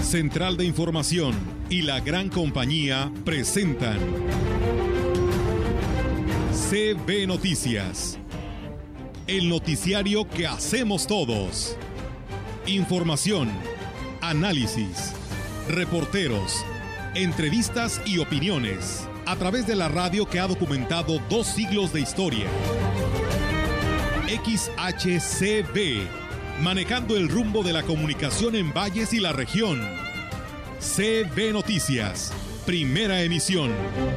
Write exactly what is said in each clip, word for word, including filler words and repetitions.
Central de Información y la Gran Compañía presentan C B Noticias, el noticiario que hacemos todos. Información, análisis, reporteros, entrevistas y opiniones a través de la radio que ha documentado dos siglos de historia. X H C B, manejando el rumbo de la comunicación en valles y la región. C B Noticias, primera emisión.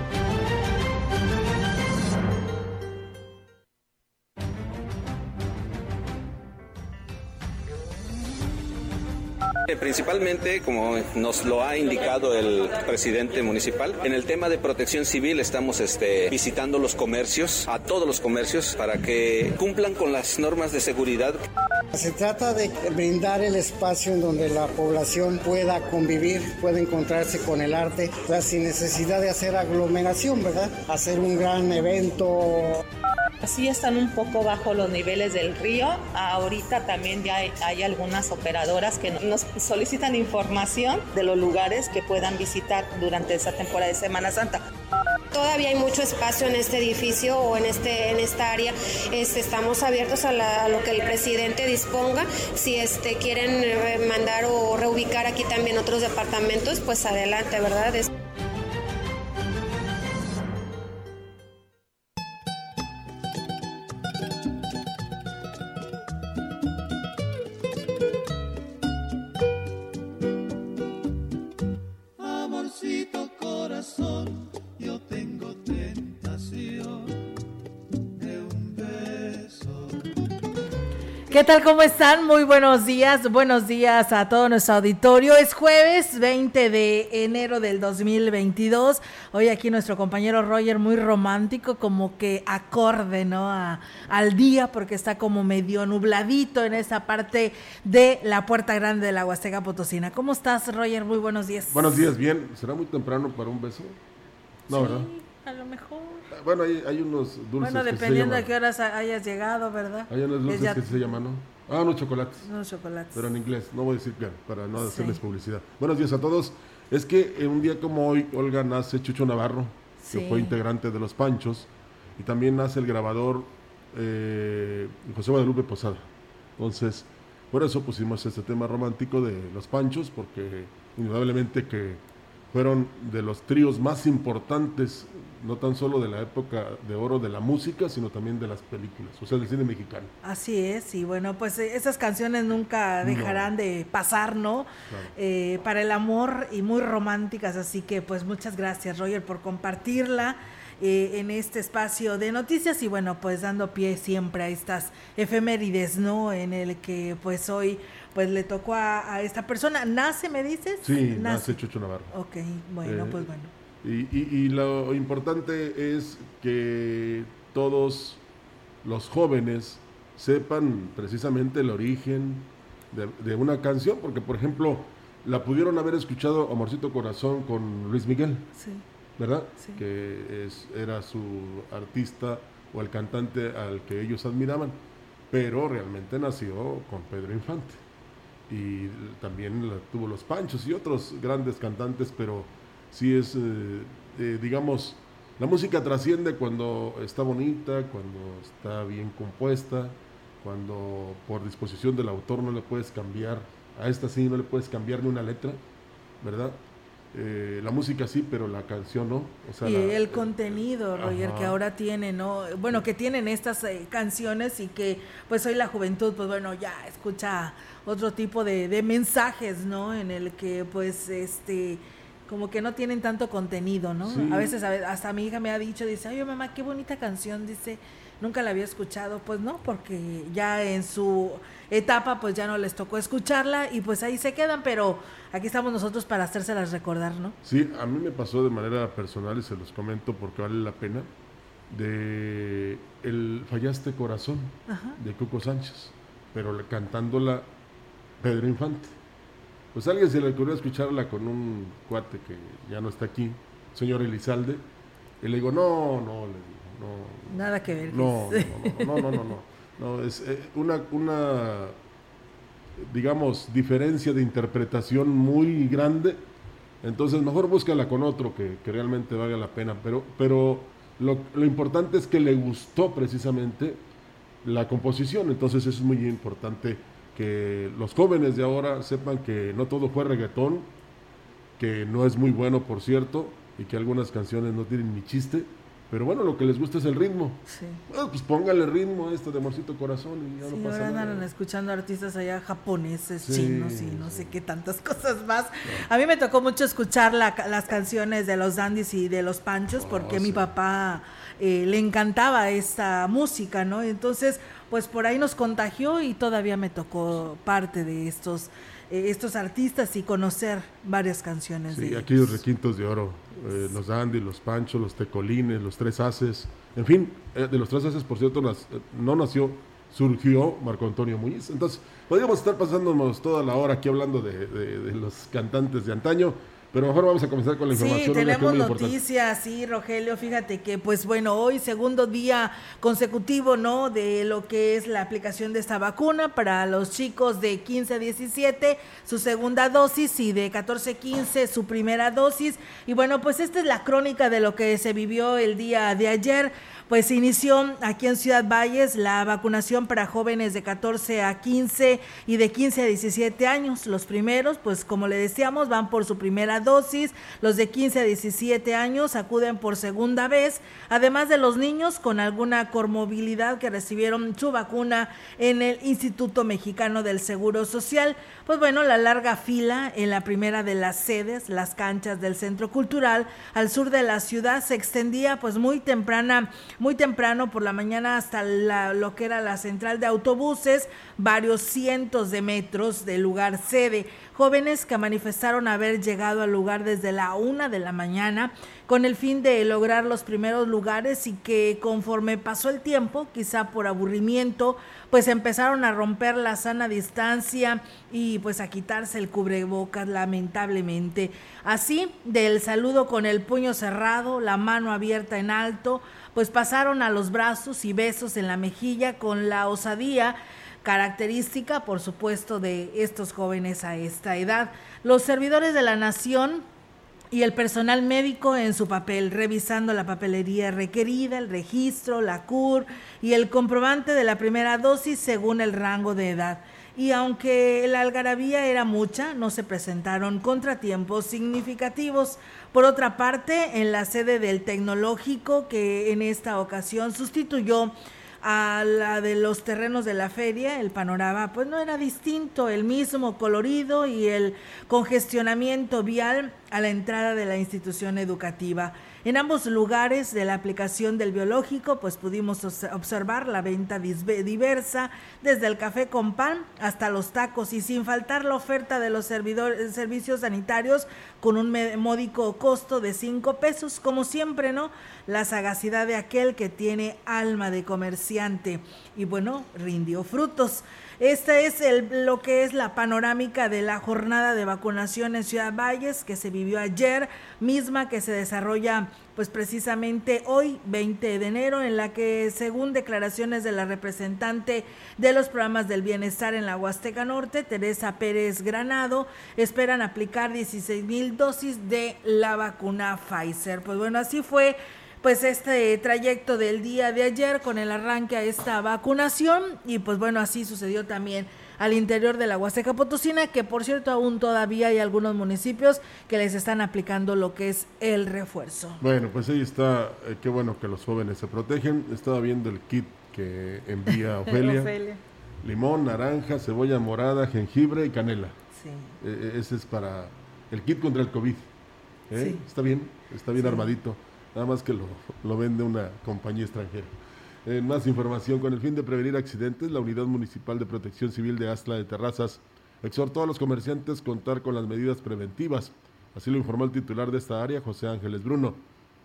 Principalmente, como nos lo ha indicado el presidente municipal, en el tema de protección civil estamos este, visitando los comercios, a todos los comercios, para que cumplan con las normas de seguridad. Se trata de brindar el espacio en donde la población pueda convivir, pueda encontrarse con el arte, sin necesidad de hacer aglomeración, ¿verdad? Hacer un gran evento. Sí están un poco bajo los niveles del río. Ahorita también ya hay, hay algunas operadoras que nos solicitan información de los lugares que puedan visitar durante esa temporada de Semana Santa. Todavía hay mucho espacio en este edificio o en este en esta área. Este, estamos abiertos a, la, a lo que el presidente disponga. Si este, quieren mandar o reubicar aquí también otros departamentos, pues adelante, ¿verdad? Es... ¿Qué tal? ¿Cómo están? Muy buenos días, buenos días a todo nuestro auditorio. Es jueves veinte de enero del dos mil veintidós. Hoy aquí nuestro compañero Roger, muy romántico, como que acorde, ¿no? A, al día, porque está como medio nubladito en esa parte de la Puerta Grande de la Huasteca Potosina. ¿Cómo estás, Roger? Muy buenos días. Buenos días, bien. ¿Será muy temprano para un beso? No, sí, ¿verdad? A lo mejor. Bueno, hay, hay unos dulces. Bueno, dependiendo de qué horas hayas llegado, ¿verdad? Hay unos dulces ya... que se llaman, ¿no? Ah, unos chocolates. Unos chocolates. Pero en inglés, no voy a decir claro, para no hacerles sí. publicidad. Buenos días a todos. Es que en un día como hoy, Olga, nace Chucho Navarro, sí. que fue integrante de Los Panchos, y también nace el grabador eh, José Guadalupe Posada. Entonces, por eso pusimos este tema romántico de Los Panchos, porque indudablemente que fueron de los tríos más importantes, no tan solo de la época de oro de la música, sino también de las películas, o sea, del cine mexicano. Así es, y bueno, pues esas canciones nunca dejarán no. de pasar, ¿no? Claro. Eh, para el amor y muy románticas, así que pues muchas gracias, Roger, por compartirla eh, en este espacio de noticias y bueno, pues dando pie siempre a estas efemérides, ¿no? En el que pues hoy pues le tocó a, a esta persona. ¿Nace, me dices? Sí, nace, nace Chucho Navarro. Ok, bueno, eh, pues bueno. Y, y, y lo importante es que todos los jóvenes sepan precisamente el origen de, de una canción, porque por ejemplo, la pudieron haber escuchado Amorcito Corazón con Luis Miguel, sí. ¿verdad? Sí. Que es, era su artista o el cantante al que ellos admiraban, pero realmente nació con Pedro Infante. Y también la, tuvo Los Panchos y otros grandes cantantes, pero sí es, eh, eh, digamos, la música trasciende cuando está bonita, cuando está bien compuesta, cuando por disposición del autor no le puedes cambiar, a esta sí no le puedes cambiar ni una letra, ¿verdad? Eh, la música sí, pero la canción no. O sea, y la, el contenido, Roger, ajá. que ahora tiene, ¿no? Bueno, que tienen estas eh, canciones y que pues hoy la juventud, pues bueno, ya escucha otro tipo de, de mensajes, ¿no? En el que pues este... como que no tienen tanto contenido, ¿no? Sí. A veces hasta mi hija me ha dicho, dice, ay, mamá, qué bonita canción, dice, nunca la había escuchado. Pues no, porque ya en su etapa pues ya no les tocó escucharla y pues ahí se quedan, pero aquí estamos nosotros para hacérselas recordar, ¿no? Sí, a mí me pasó de manera personal y se los comento porque vale la pena, de el Fallaste Corazón, ajá. de Cuco Sánchez, pero cantándola Pedro Infante. Pues a alguien se le ocurrió escucharla con un cuate que ya no está aquí, señor Elizalde, y le digo, no, no, le digo, no. Nada que ver. No, no, no, no, no, no, no, no, no es eh, una, una digamos, diferencia de interpretación muy grande, entonces mejor búscala con otro que, que realmente valga la pena, pero, pero lo, lo importante es que le gustó precisamente la composición, entonces eso es muy importante, que los jóvenes de ahora sepan que no todo fue reggaetón, que no es muy bueno, por cierto, y que algunas canciones no tienen ni chiste, pero bueno, lo que les gusta es el ritmo. Sí. Bueno, pues póngale ritmo a esto de Amorcito Corazón y ya sí, no pasa ahora nada. andan escuchando artistas allá japoneses, Sí, chinos y no sí. sé qué tantas cosas más. A mí me tocó mucho escuchar la, las canciones de los Dandies y de los Panchos, porque Oh, mi sí. papá eh, le encantaba esta música, ¿no? Entonces, pues por ahí nos contagió y todavía me tocó parte de estos eh, estos artistas y conocer varias canciones Sí, de aquellos ellos. requintos de oro, eh, los Dandy, los Panchos, los Tecolines, los Tres Haces, en fin, eh, de los Tres Haces, por cierto, nas- eh, no nació, surgió Marco Antonio Muñiz. Entonces, podríamos estar pasándonos toda la hora aquí hablando de, de- de los cantantes de antaño, pero mejor vamos a comenzar con la Sí, información. una que es tenemos muy importante. noticias, sí, Rogelio, fíjate que pues bueno, hoy segundo día consecutivo, ¿no?, de lo que es la aplicación de esta vacuna para los chicos de quince a diecisiete, su segunda dosis, y de catorce a quince su primera dosis. Y bueno, pues esta es la crónica de lo que se vivió el día de ayer. Pues se inició aquí en Ciudad Valles la vacunación para jóvenes de catorce a quince y de quince a diecisiete años. Los primeros, pues como le decíamos, van por su primera dosis. Los de quince a diecisiete años acuden por segunda vez, además de los niños con alguna comorbilidad que recibieron su vacuna en el Instituto Mexicano del Seguro Social. Pues bueno, la larga fila en la primera de las sedes, las canchas del Centro Cultural al sur de la ciudad, se extendía pues muy temprana, muy temprano por la mañana hasta la, lo que era la central de autobuses, varios cientos de metros del lugar sede. Jóvenes que manifestaron haber llegado al lugar desde la una de la mañana con el fin de lograr los primeros lugares, y que conforme pasó el tiempo, quizá por aburrimiento, pues empezaron a romper la sana distancia y pues a quitarse el cubrebocas, lamentablemente. Así, del saludo con el puño cerrado, la mano abierta en alto, pues pasaron a los brazos y besos en la mejilla con la osadía característica, por supuesto, de estos jóvenes a esta edad. Los servidores de la nación y el personal médico en su papel, revisando la papelería requerida, el registro, la C U R y el comprobante de la primera dosis según el rango de edad. Y aunque la algarabía era mucha, no se presentaron contratiempos significativos. Por otra parte, en la sede del Tecnológico, que en esta ocasión sustituyó a la de los terrenos de la feria, el panorama pues no era distinto, el mismo colorido y el congestionamiento vial a la entrada de la institución educativa. En ambos lugares de la aplicación del biológico pues pudimos observar la venta diversa, desde el café con pan hasta los tacos, y sin faltar la oferta de los servidores, servicios sanitarios con un módico costo de cinco pesos, como siempre, ¿no? La sagacidad de aquel que tiene alma de comerciante, y bueno, rindió frutos. Esta es el, lo que es la panorámica de la jornada de vacunación en Ciudad Valles, que se vivió ayer, misma que se desarrolla pues precisamente hoy, veinte de enero, en la que, según declaraciones de la representante de los programas del bienestar en la Huasteca Norte, Teresa Pérez Granado, esperan aplicar dieciséis mil dosis de la vacuna Pfizer. Pues bueno, así fue pues este trayecto del día de ayer con el arranque a esta vacunación, y pues bueno, así sucedió también al interior de la Huasteca Potosina, que por cierto aún todavía hay algunos municipios que les están aplicando lo que es el refuerzo. Bueno, pues ahí está, eh, qué bueno que los jóvenes se protegen. Estaba viendo el kit que envía Ofelia. Ofelia. Limón, naranja, cebolla morada, jengibre y canela. Sí. Eh, ese es para el kit contra el COVID. ¿eh? Sí. Está bien, está bien Sí. armadito. Nada más que lo, lo vende una compañía extranjera. En más información, con el fin de prevenir accidentes, la Unidad Municipal de Protección Civil de Astla de Terrazas exhortó a los comerciantes a contar con las medidas preventivas. Así lo informó el titular de esta área, José Ángeles Bruno.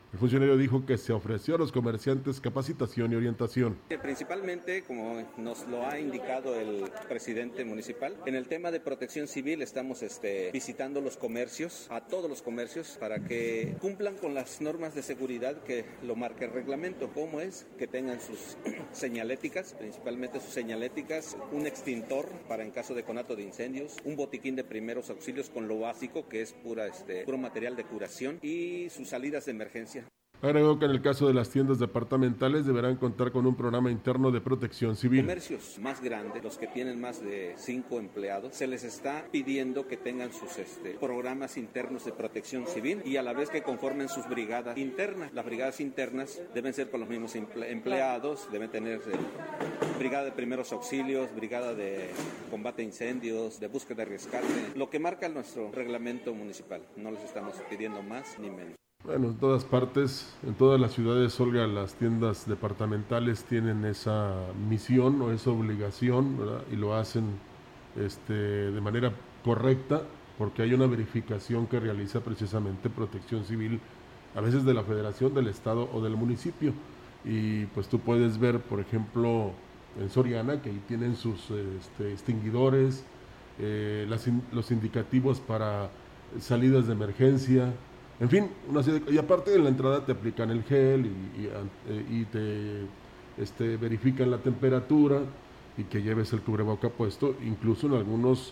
El funcionario dijo que se ofreció a los comerciantes capacitación y orientación. Principalmente, como nos lo ha indicado el presidente municipal, en el tema de protección civil estamos este, visitando los comercios, a todos los comercios, para que cumplan con las normas de seguridad que lo marca el reglamento. ¿Cómo es? Que tengan sus señaléticas, principalmente sus señaléticas, un extintor para en caso de conato de incendios, un botiquín de primeros auxilios con lo básico, que es pura, este, puro material de curación, y sus salidas de emergencia. Agregó que en el caso de las tiendas departamentales deberán contar con un programa interno de protección civil. Comercios más grandes, los que tienen más de cinco empleados, se les está pidiendo que tengan sus este, programas internos de protección civil y a la vez que conformen sus brigadas internas. Las brigadas internas deben ser con los mismos empleados, deben tener eh, brigada de primeros auxilios, brigada de combate a incendios, de búsqueda y rescate, lo que marca nuestro reglamento municipal. No les estamos pidiendo más ni menos. Bueno, en todas partes, en todas las ciudades, Olga, las tiendas departamentales tienen esa misión o esa obligación, ¿verdad? Y lo hacen este, de manera correcta, porque hay una verificación que realiza precisamente Protección Civil, a veces de la Federación, del Estado o del municipio. Y pues tú puedes ver, por ejemplo, en Soriana, que ahí tienen sus este, extinguidores, eh, las, los indicativos para salidas de emergencia. En fin, una serie de, y aparte de la entrada te aplican el gel y, y, y te este, verifican la temperatura y que lleves el cubreboca puesto. Incluso en algunos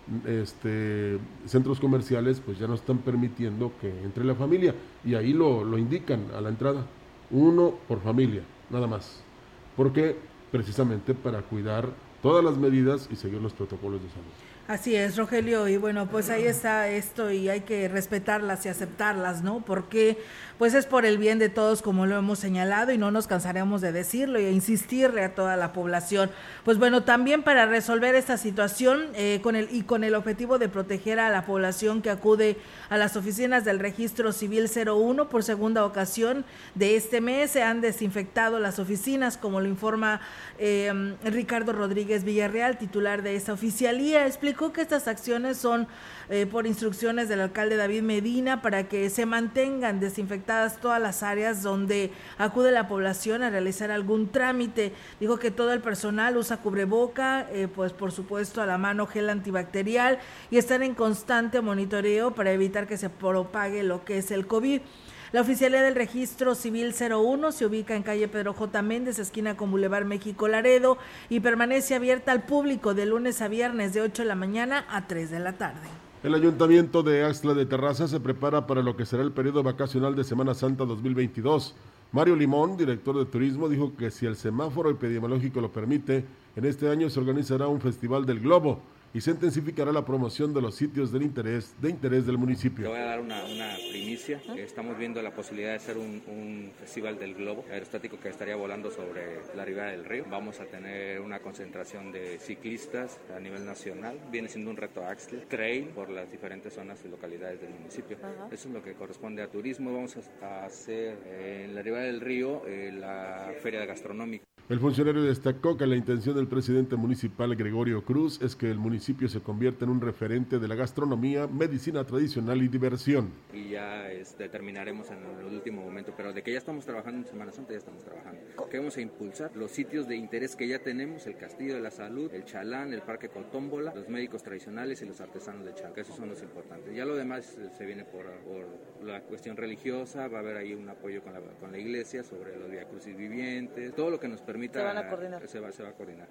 este, centros comerciales pues ya no están permitiendo que entre la familia y ahí lo, lo indican a la entrada, uno por familia, nada más. ¿Por qué? Precisamente para cuidar todas las medidas y seguir los protocolos de salud. Así es, Rogelio, y bueno, pues ahí está esto y hay que respetarlas y aceptarlas, ¿no? Porque pues es por el bien de todos, como lo hemos señalado, y no nos cansaremos de decirlo y a insistirle a toda la población. Pues bueno, también para resolver esta situación eh, con el y con el objetivo de proteger a la población que acude a las oficinas del Registro Civil cero uno por segunda ocasión de este mes, se han desinfectado las oficinas, como lo informa eh, Ricardo Rodríguez Villarreal, titular de esta oficialía. Explica que estas acciones son eh, por instrucciones del alcalde David Medina para que se mantengan desinfectadas todas las áreas donde acude la población a realizar algún trámite. Dijo que todo el personal usa cubreboca, eh, pues por supuesto a la mano gel antibacterial y están en constante monitoreo para evitar que se propague lo que es el COVID. La oficialía del Registro Civil cero uno se ubica en calle Pedro J. Méndez, esquina con Boulevard México Laredo, y permanece abierta al público de lunes a viernes de ocho de la mañana a tres de la tarde. El Ayuntamiento de Axtla de Terraza se prepara para lo que será el periodo vacacional de Semana Santa dos mil veintidós. Mario Limón, director de turismo, dijo que si el semáforo epidemiológico lo permite, en este año se organizará un Festival del Globo y se intensificará la promoción de los sitios del interés, de interés del municipio. Te voy a dar una, una primicia. Estamos viendo la posibilidad de hacer un, un festival del globo aerostático que estaría volando sobre la ribera del río. Vamos a tener una concentración de ciclistas a nivel nacional. Viene siendo un reto Axtla, trail por las diferentes zonas y localidades del municipio. Uh-huh. Eso es lo que corresponde a turismo. Vamos a hacer eh, en la ribera del río eh, la feria gastronómica. El funcionario destacó que la intención del presidente municipal Gregorio Cruz es que el municipio se convierta en un referente de la gastronomía, medicina tradicional y diversión. Y ya es, determinaremos en el último momento, pero de que ya estamos trabajando en Semana Santa, ya estamos trabajando. Queremos impulsar los sitios de interés que ya tenemos, el Castillo de la Salud, el Chalán, el Parque Cotómbola, los médicos tradicionales y los artesanos de Chalca, esos son los importantes. Ya lo demás se viene por, por la cuestión religiosa, va a haber ahí un apoyo con la, con la iglesia sobre los viacrucis vivientes, todo lo que nos permite. Se van a coordinar. Se va, se va a coordinar.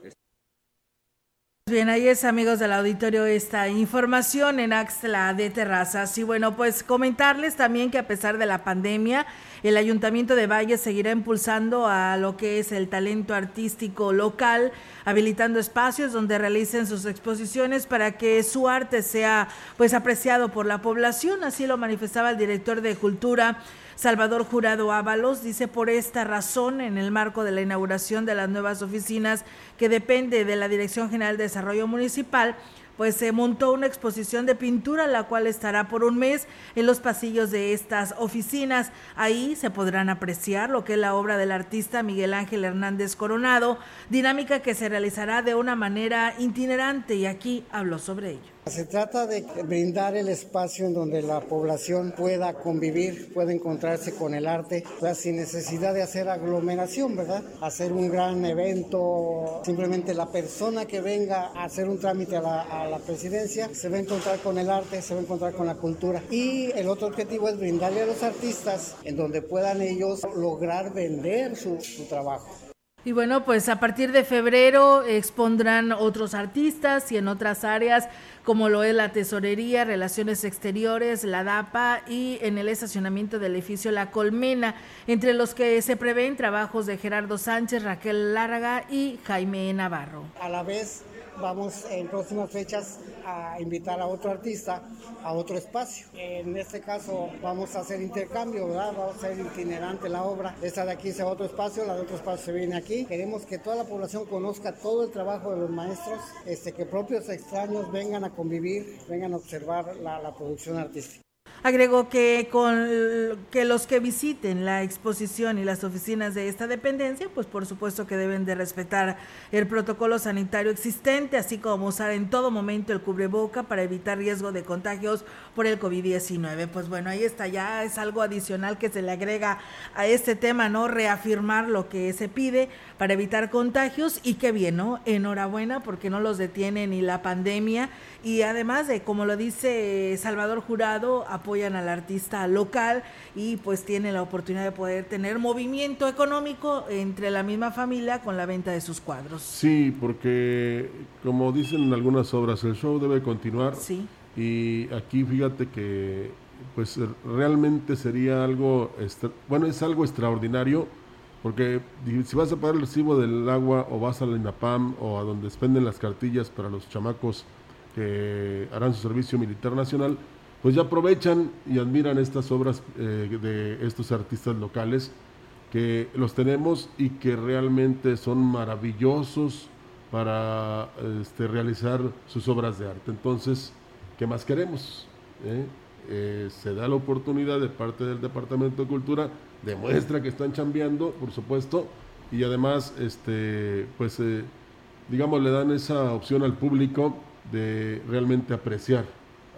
Bien, ahí es, amigos del auditorio, esta información en Axtla de Terrazas. Y bueno, pues comentarles también que a pesar de la pandemia, el Ayuntamiento de Valles seguirá impulsando a lo que es el talento artístico local, habilitando espacios donde realicen sus exposiciones para que su arte sea pues apreciado por la población. Así lo manifestaba el director de Cultura, Salvador Jurado Ábalos. Dice, por esta razón, en el marco de la inauguración de las nuevas oficinas que depende de la Dirección General de Desarrollo Municipal, pues se montó una exposición de pintura, la cual estará por un mes en los pasillos de estas oficinas. Ahí se podrán apreciar lo que es la obra del artista Miguel Ángel Hernández Coronado, dinámica que se realizará de una manera itinerante, y aquí habló sobre ello. Se trata de brindar el espacio en donde la población pueda convivir, pueda encontrarse con el arte, o sea, sin necesidad de hacer aglomeración, ¿verdad? Hacer un gran evento, simplemente la persona que venga a hacer un trámite a la, a la presidencia se va a encontrar con el arte, se va a encontrar con la cultura. Y el otro objetivo es brindarle a los artistas en donde puedan ellos lograr vender su, su trabajo. Y bueno, pues a partir de febrero expondrán otros artistas y en otras áreas como lo es la tesorería, relaciones exteriores, la D A P A y en el estacionamiento del edificio La Colmena, entre los que se prevén trabajos de Gerardo Sánchez, Raquel Lárraga y Jaime Navarro. A la vez vamos en próximas fechas a invitar a otro artista a otro espacio. En este caso vamos a hacer intercambio, ¿verdad? Vamos a ser itinerante la obra. Esta de aquí se va a otro espacio, la de otro espacio se viene aquí. Queremos que toda la población conozca todo el trabajo de los maestros, este, que propios extraños vengan a convivir, vengan a observar la, la producción artística. Agregó que con que los que visiten la exposición y las oficinas de esta dependencia, pues por supuesto que deben de respetar el protocolo sanitario existente, así como usar en todo momento el cubreboca para evitar riesgo de contagios por el COVID diecinueve. Pues bueno, ahí está, ya es algo adicional que se le agrega a este tema, ¿no? Reafirmar lo que se pide para evitar contagios y qué bien, ¿no? Enhorabuena porque no los detiene ni la pandemia y además de, como lo dice Salvador Jurado, apoyan al artista local y pues tiene la oportunidad de poder tener movimiento económico entre la misma familia con la venta de sus cuadros. Sí, porque como dicen en algunas obras, el show debe continuar. Sí. Y aquí fíjate que pues realmente sería algo, extra, bueno, es algo extraordinario, porque si vas a pagar el recibo del agua o vas a la INAPAM o a donde expenden las cartillas para los chamacos que harán su servicio militar nacional, pues ya aprovechan y admiran estas obras eh, de estos artistas locales que los tenemos y que realmente son maravillosos para este, realizar sus obras de arte. Entonces, ¿qué más queremos? ¿Eh? Eh, se da la oportunidad de parte del Departamento de Cultura, demuestra que están chambeando, por supuesto, y además, este, pues, eh, digamos, le dan esa opción al público de realmente apreciar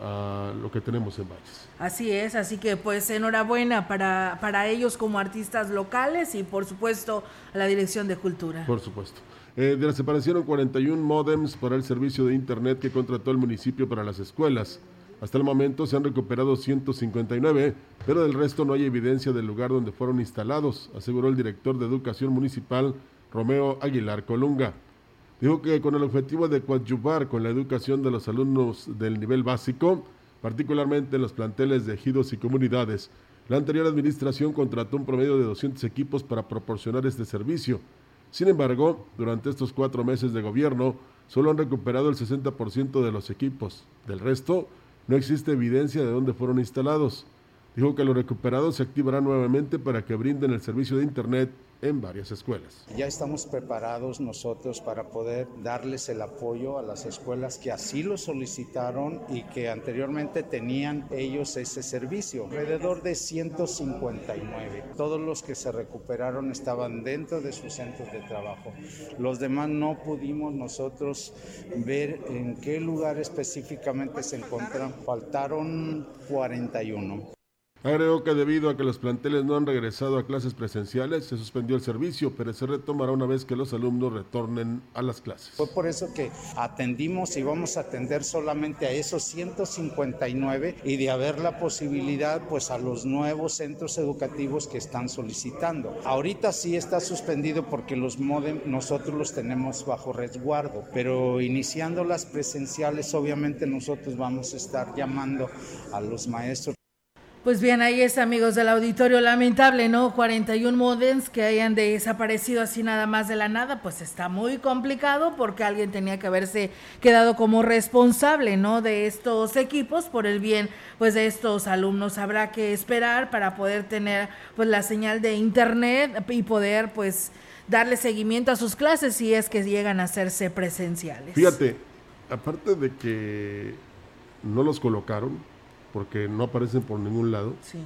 a lo que tenemos en Valles. Así es, así que pues enhorabuena para, para ellos como artistas locales y por supuesto a la Dirección de Cultura. Por supuesto. Eh, desaparecieron cuarenta y uno módems para el servicio de internet que contrató el municipio para las escuelas. Hasta el momento se han recuperado ciento cincuenta y nueve, pero del resto no hay evidencia del lugar donde fueron instalados, aseguró el director de Educación Municipal, Romeo Aguilar Colunga. Dijo que con el objetivo de coadyuvar con la educación de los alumnos del nivel básico, particularmente en los planteles de ejidos y comunidades, la anterior administración contrató un promedio de doscientos equipos para proporcionar este servicio. Sin embargo, durante estos cuatro meses de gobierno, solo han recuperado el sesenta por ciento de los equipos. Del resto, no existe evidencia de dónde fueron instalados. Dijo que los recuperados se activarán nuevamente para que brinden el servicio de internet en varias escuelas. Ya estamos preparados nosotros para poder darles el apoyo a las escuelas que así lo solicitaron y que anteriormente tenían ellos ese servicio. Alrededor de ciento cincuenta y nueve. Todos los que se recuperaron estaban dentro de sus centros de trabajo. Los demás no pudimos nosotros ver en qué lugar específicamente se encuentran. Faltaron cuarenta y uno. Agregó que debido a que los planteles no han regresado a clases presenciales, se suspendió el servicio, pero se retomará una vez que los alumnos retornen a las clases. Fue por eso que atendimos y vamos a atender solamente a esos ciento cincuenta y nueve y de haber la posibilidad pues a los nuevos centros educativos que están solicitando. Ahorita sí está suspendido porque los módem nosotros los tenemos bajo resguardo, pero iniciando las presenciales obviamente nosotros vamos a estar llamando a los maestros. Pues bien, ahí es, amigos del auditorio, lamentable, ¿no? cuarenta y uno modems que hayan desaparecido así nada más de la nada, pues está muy complicado porque alguien tenía que haberse quedado como responsable, ¿no? De estos equipos por el bien, pues, de estos alumnos. Habrá que esperar para poder tener, pues, la señal de internet y poder, pues, darle seguimiento a sus clases si es que llegan a hacerse presenciales. Fíjate, aparte de que no los colocaron, porque no aparecen por ningún lado, sí.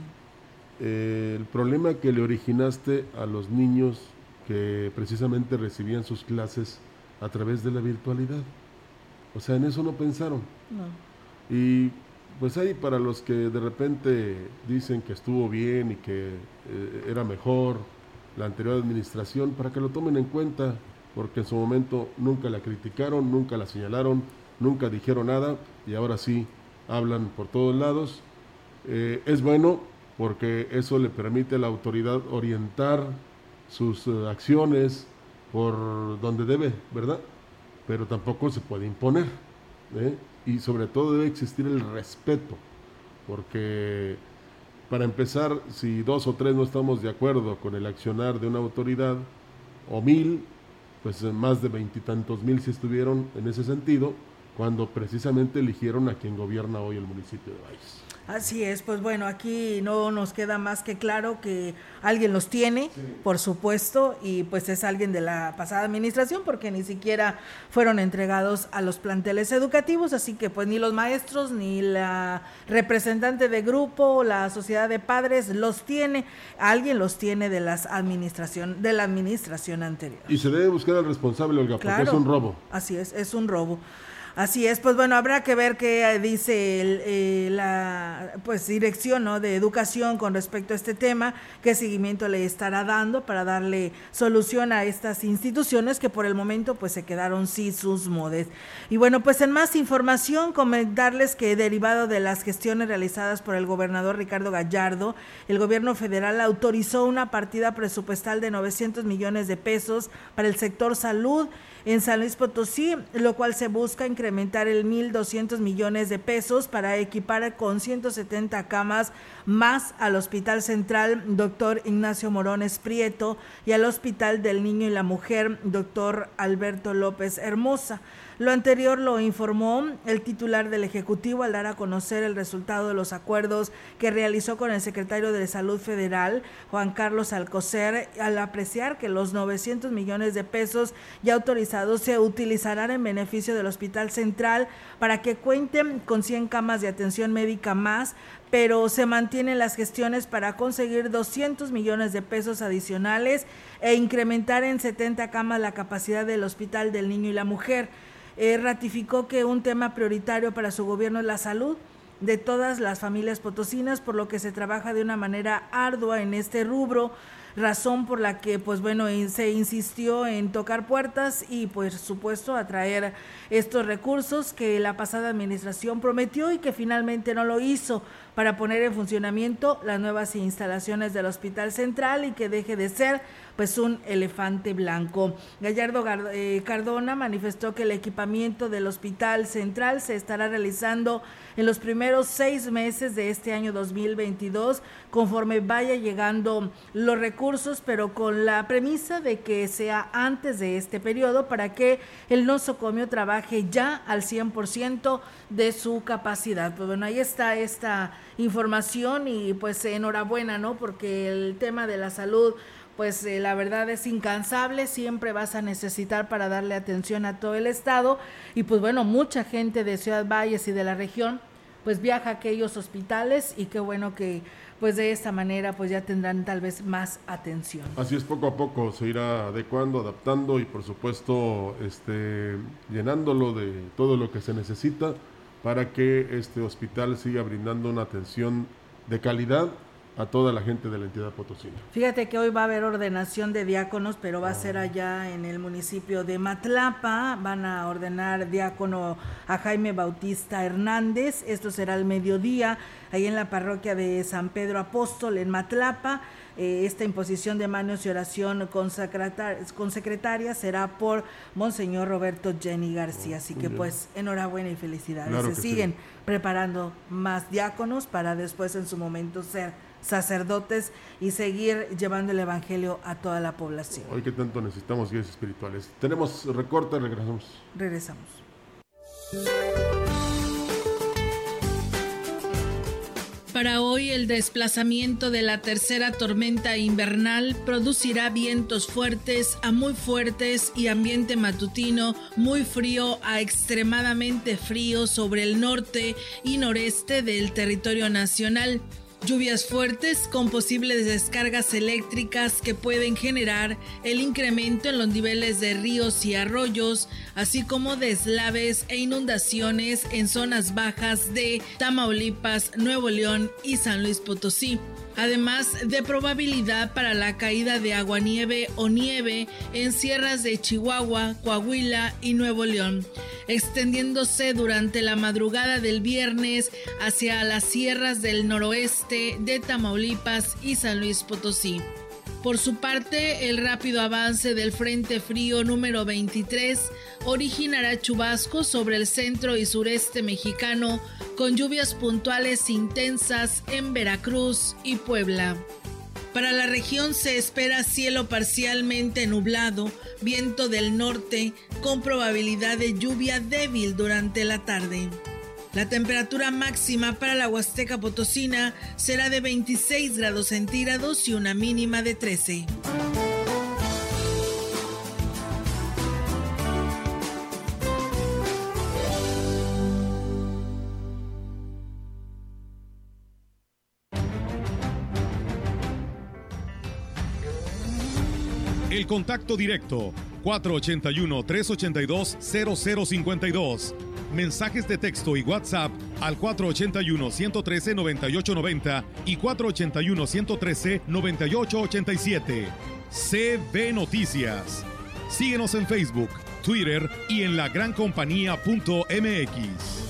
eh, el problema que le originaste a los niños que precisamente recibían sus clases a través de la virtualidad. O sea, en eso no pensaron. No. Y pues ahí para los que de repente dicen que estuvo bien y que eh, era mejor la anterior administración, para que lo tomen en cuenta, porque en su momento nunca la criticaron, nunca la señalaron, nunca dijeron nada y ahora sí hablan por todos lados. Eh, es bueno porque eso le permite a la autoridad orientar sus uh, acciones por donde debe, ¿verdad? Pero tampoco se puede imponer, ¿eh? Y sobre todo debe existir el respeto, porque para empezar, si dos o tres no estamos de acuerdo con el accionar de una autoridad, o mil, pues más de veintitantos mil si estuvieron en ese sentido, cuando precisamente eligieron a quien gobierna hoy el municipio de Valles. Así es, pues bueno, aquí no nos queda más que claro que alguien los tiene, sí, por supuesto, y pues es alguien de la pasada administración, porque ni siquiera fueron entregados a los planteles educativos, así que pues ni los maestros, ni la representante de grupo, la sociedad de padres los tiene, alguien los tiene de las administración, de la administración anterior. Y se debe buscar al responsable, Olga, porque claro, es un robo. Así es, es un robo. Así es, pues bueno, habrá que ver qué dice el, eh, la pues dirección, ¿no?, de educación con respecto a este tema, qué seguimiento le estará dando para darle solución a estas instituciones que por el momento pues se quedaron sin sus modes. Y bueno, pues en más información, comentarles que derivado de las gestiones realizadas por el gobernador Ricardo Gallardo, el gobierno federal autorizó una partida presupuestal de novecientos millones de pesos para el sector salud en San Luis Potosí, lo cual se busca incrementar el mil doscientos millones de pesos para equipar con ciento setenta camas más al Hospital Central Doctor Ignacio Morones Prieto y al Hospital del Niño y la Mujer Doctor Alberto López Hermosa. Lo anterior lo informó el titular del Ejecutivo al dar a conocer el resultado de los acuerdos que realizó con el secretario de Salud Federal, Juan Carlos Alcocer, al apreciar que los novecientos millones de pesos ya autorizados se utilizarán en beneficio del Hospital Central para que cuenten con cien camas de atención médica más, pero se mantienen las gestiones para conseguir doscientos millones de pesos adicionales e incrementar en setenta camas la capacidad del Hospital del Niño y la Mujer. Eh, ratificó que un tema prioritario para su gobierno es la salud de todas las familias potosinas, por lo que se trabaja de una manera ardua en este rubro, razón por la que pues bueno se insistió en tocar puertas y por supuesto atraer estos recursos que la pasada administración prometió y que finalmente no lo hizo, para poner en funcionamiento las nuevas instalaciones del Hospital Central y que deje de ser pues un elefante blanco. Gallardo Cardona manifestó que el equipamiento del Hospital Central se estará realizando en los primeros seis meses de este año dos mil veintidós, conforme vaya llegando los recursos, pero con la premisa de que sea antes de este periodo para que el nosocomio trabaje ya al cien por ciento de su capacidad. Pues bueno, ahí está esta información y pues enhorabuena, ¿no? Porque el tema de la salud pues eh, la verdad es incansable, siempre vas a necesitar para darle atención a todo el estado y pues bueno, mucha gente de Ciudad Valles y de la región pues viaja a aquellos hospitales y qué bueno que pues de esta manera pues ya tendrán tal vez más atención. Así es, poco a poco se irá adecuando, adaptando y por supuesto este llenándolo de todo lo que se necesita para que este hospital siga brindando una atención de calidad a toda la gente de la entidad potosina. Fíjate que hoy va a haber ordenación de diáconos, pero va a ser allá en el municipio de Matlapa. Van a ordenar diácono a Jaime Bautista Hernández. Esto será al mediodía, ahí en la parroquia de San Pedro Apóstol, en Matlapa. Eh, esta imposición de manos y oración con, secretar- con secretaria será por Monseñor Roberto Jenny García. Así que pues enhorabuena y felicidades. Claro Se siguen sí. preparando más diáconos para después en su momento ser sacerdotes y seguir llevando el evangelio a toda la población. Hoy que tanto necesitamos guías espirituales. Tenemos recorte, regresamos. Regresamos. Para hoy, el desplazamiento de la tercera tormenta invernal producirá vientos fuertes a muy fuertes y ambiente matutino muy frío a extremadamente frío sobre el norte y noreste del territorio nacional. Lluvias fuertes con posibles descargas eléctricas que pueden generar el incremento en los niveles de ríos y arroyos, así como deslaves e inundaciones en zonas bajas de Tamaulipas, Nuevo León y San Luis Potosí. Además de probabilidad para la caída de aguanieve o nieve en sierras de Chihuahua, Coahuila y Nuevo León, extendiéndose durante la madrugada del viernes hacia las sierras del noroeste de Tamaulipas y San Luis Potosí. Por su parte, el rápido avance del Frente Frío número veintitrés originará chubascos sobre el centro y sureste mexicano, con lluvias puntuales intensas en Veracruz y Puebla. Para la región se espera cielo parcialmente nublado, viento del norte, con probabilidad de lluvia débil durante la tarde. La temperatura máxima para la Huasteca Potosina será de veintiséis grados centígrados y una mínima de trece. El contacto directo cuatro ochenta y uno, trescientos ochenta y dos, cero cero cincuenta y dos. Mensajes de texto y WhatsApp al cuatro ochenta y uno, ciento trece, noventa y ocho noventa y cuatro ochenta y uno, ciento trece, noventa y ocho ochenta y siete. C B Noticias. Síguenos en Facebook, Twitter y en la gran compañía punto m x.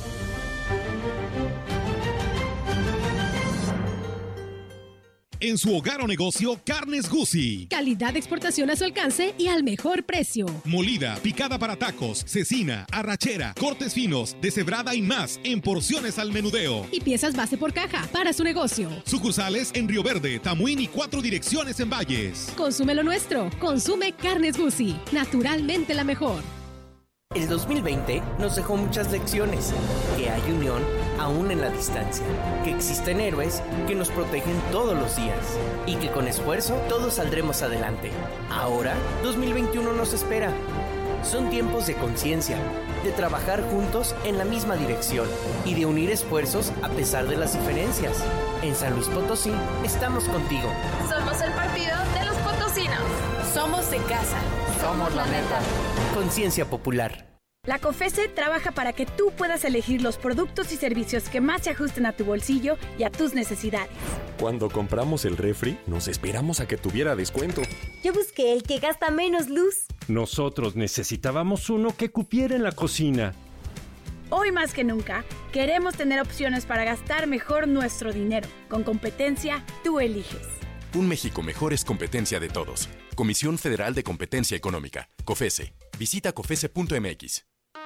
En su hogar o negocio, Carnes Guzzi. Calidad de exportación a su alcance y al mejor precio. Molida, picada para tacos, cecina, arrachera, cortes finos, deshebrada y más en porciones al menudeo. Y piezas base por caja para su negocio. Sucursales en Río Verde, Tamuín y cuatro direcciones en Valles. Consume lo nuestro. Consume Carnes Guzzi. Naturalmente la mejor. El dos mil veinte nos dejó muchas lecciones, que hay unión aún en la distancia, que existen héroes que nos protegen todos los días y que con esfuerzo todos saldremos adelante. Ahora, dos mil veintiuno nos espera. Son tiempos de conciencia, de trabajar juntos en la misma dirección y de unir esfuerzos a pesar de las diferencias. En San Luis Potosí estamos contigo. Somos el partido de los potosinos. Somos de casa. Somos la neta. Conciencia popular. La COFESE trabaja para que tú puedas elegir los productos y servicios que más se ajusten a tu bolsillo y a tus necesidades. Cuando compramos el refri, nos esperamos a que tuviera descuento. Yo busqué el que gasta menos luz. Nosotros necesitábamos uno que cupiera en la cocina. Hoy más que nunca, queremos tener opciones para gastar mejor nuestro dinero. Con competencia, tú eliges. Un México mejor es competencia de todos. Comisión Federal de Competencia Económica, COFESE. Visita cofese punto m x.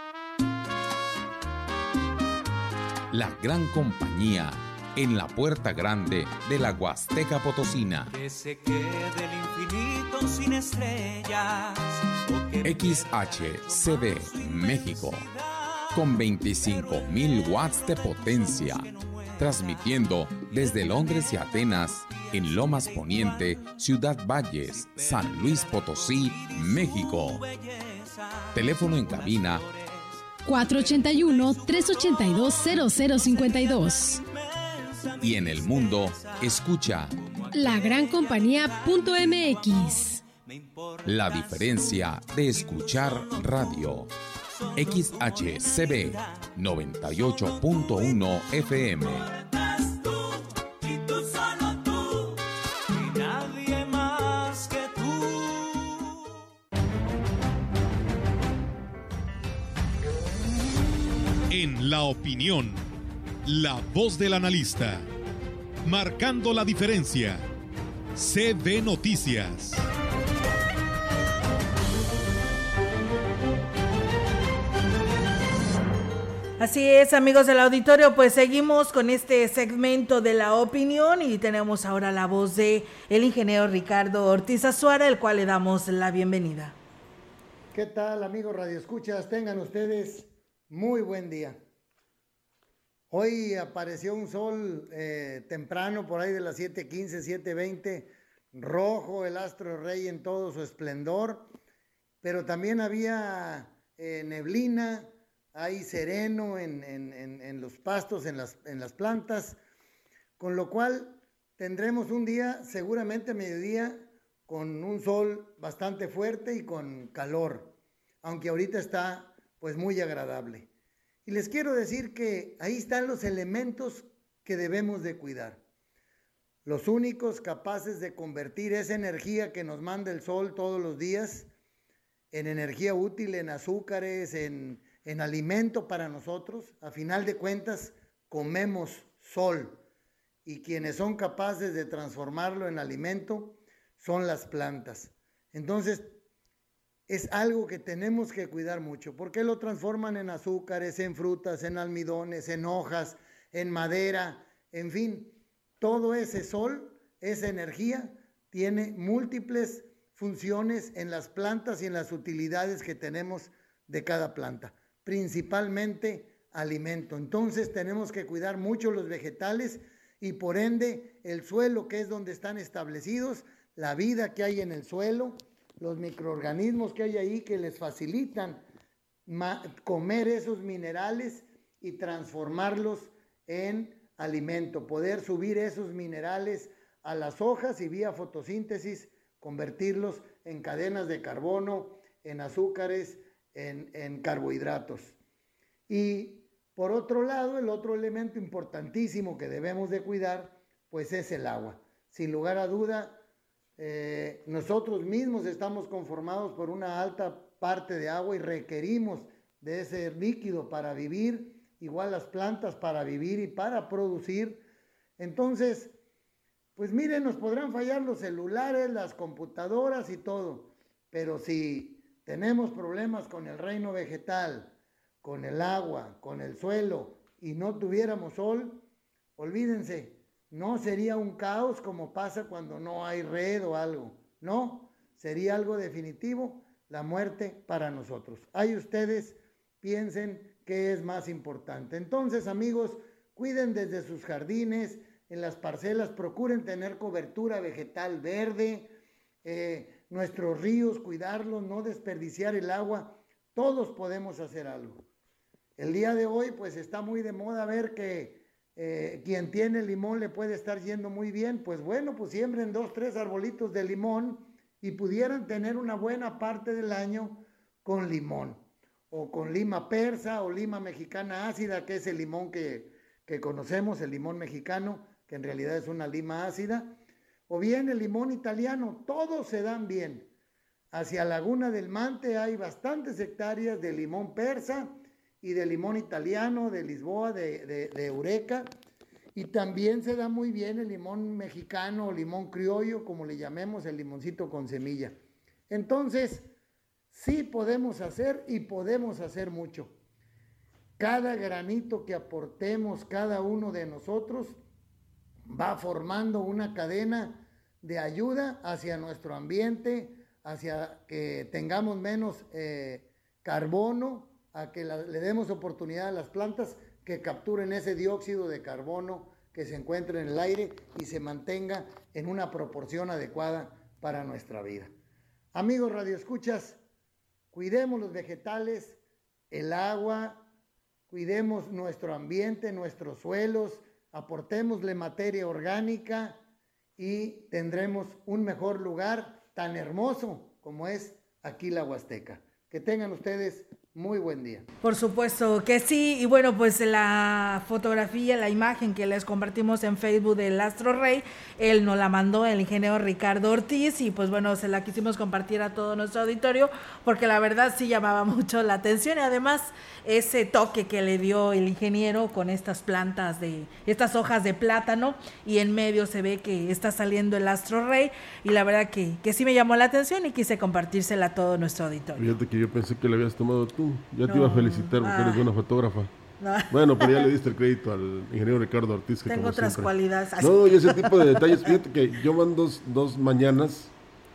La gran compañía en la puerta grande de la Huasteca Potosina. Que se quede el infinito sin estrellas. X H C D México, con veinticinco mil watts de potencia, transmitiendo desde Londres y Atenas, en Lomas Poniente, Ciudad Valles, San Luis Potosí, México. Teléfono en cabina cuatro ochenta y uno, trescientos ochenta y dos, cero cero cincuenta y dos. Y en el mundo, escucha la gran compañía punto m x. La diferencia de escuchar radio. X H C B noventa y ocho punto uno F M. En La Opinión, la voz del analista, marcando la diferencia. C B Noticias. Así es, amigos del auditorio, pues seguimos con este segmento de La Opinión y tenemos ahora la voz de el ingeniero Ricardo Ortiz Azuara, el cual le damos la bienvenida. ¿Qué tal, amigos radioescuchas? Tengan ustedes muy buen día. Hoy apareció un sol eh, temprano, por ahí de las siete quince, siete veinte, rojo, el astro rey en todo su esplendor, pero también había eh, neblina, hay sereno en, en, en, en los pastos, en las, en las plantas, con lo cual tendremos un día, seguramente mediodía, con un sol bastante fuerte y con calor, aunque ahorita está pues muy agradable. Y les quiero decir que ahí están los elementos que debemos de cuidar. Los únicos capaces de convertir esa energía que nos manda el sol todos los días en energía útil, en azúcares, en, en alimento para nosotros. A final de cuentas, comemos sol. Y quienes son capaces de transformarlo en alimento son las plantas. Entonces, es algo que tenemos que cuidar mucho, porque lo transforman en azúcares, en frutas, en almidones, en hojas, en madera, en fin, todo ese sol, esa energía, tiene múltiples funciones en las plantas y en las utilidades que tenemos de cada planta, principalmente alimento. Entonces tenemos que cuidar mucho los vegetales y por ende el suelo, que es donde están establecidos, la vida que hay en el suelo, los microorganismos que hay ahí que les facilitan comer esos minerales y transformarlos en alimento, poder subir esos minerales a las hojas y vía fotosíntesis convertirlos en cadenas de carbono, en azúcares, en, en carbohidratos. Y por otro lado, el otro elemento importantísimo que debemos de cuidar, pues es el agua. Sin lugar a duda, eh, nosotros mismos estamos conformados por una alta parte de agua y requerimos de ese líquido para vivir, igual las plantas para vivir y para producir. Entonces, pues miren, nos podrán fallar los celulares, las computadoras y todo, pero si tenemos problemas con el reino vegetal, con el agua, con el suelo y no tuviéramos sol, olvídense, no sería un caos como pasa cuando no hay red o algo, no, sería algo definitivo, la muerte para nosotros. Ahí ustedes piensen qué es más importante. Entonces, amigos, cuiden desde sus jardines, en las parcelas, procuren tener cobertura vegetal verde, eh, nuestros ríos, cuidarlos, no desperdiciar el agua, todos podemos hacer algo. El día de hoy, pues está muy de moda ver que eh, quien tiene limón le puede estar yendo muy bien, pues bueno, pues siembren dos, tres arbolitos de limón y pudieran tener una buena parte del año con limón, o con lima persa o lima mexicana ácida, que es el limón que, que conocemos, el limón mexicano, que en realidad es una lima ácida, o bien el limón italiano, todos se dan bien. Hacia Laguna del Mante hay bastantes hectáreas de limón persa y de limón italiano, de Lisboa, de, de, de Eureka, y también se da muy bien el limón mexicano o limón criollo, como le llamemos, el limoncito con semilla. Entonces, sí podemos hacer y podemos hacer mucho. Cada granito que aportemos cada uno de nosotros va formando una cadena de ayuda hacia nuestro ambiente, hacia que tengamos menos eh, carbono, a que la, le demos oportunidad a las plantas que capturen ese dióxido de carbono que se encuentra en el aire y se mantenga en una proporción adecuada para nuestra vida. Amigos radioescuchas, cuidemos los vegetales, el agua, cuidemos nuestro ambiente, nuestros suelos, aportémosle materia orgánica y tendremos un mejor lugar tan hermoso como es aquí la Huasteca. Que tengan ustedes muy buen día. Por supuesto que sí, y bueno, pues la fotografía, la imagen que les compartimos en Facebook del Astro Rey, él nos la mandó el ingeniero Ricardo Ortiz y pues bueno, se la quisimos compartir a todo nuestro auditorio porque la verdad sí llamaba mucho la atención y además ese toque que le dio el ingeniero con estas plantas de, estas hojas de plátano y en medio se ve que está saliendo el Astro Rey y la verdad que, que sí me llamó la atención y quise compartírsela a todo nuestro auditorio. Fíjate que yo pensé que le habías tomado tú. Ya no. te iba a felicitar porque ah. eres buena fotógrafa. No. Bueno, pero ya le diste el crédito al ingeniero Ricardo Ortiz. Que tengo otras siempre. cualidades. No, y ese tipo de detalles. Fíjate que yo van dos, dos mañanas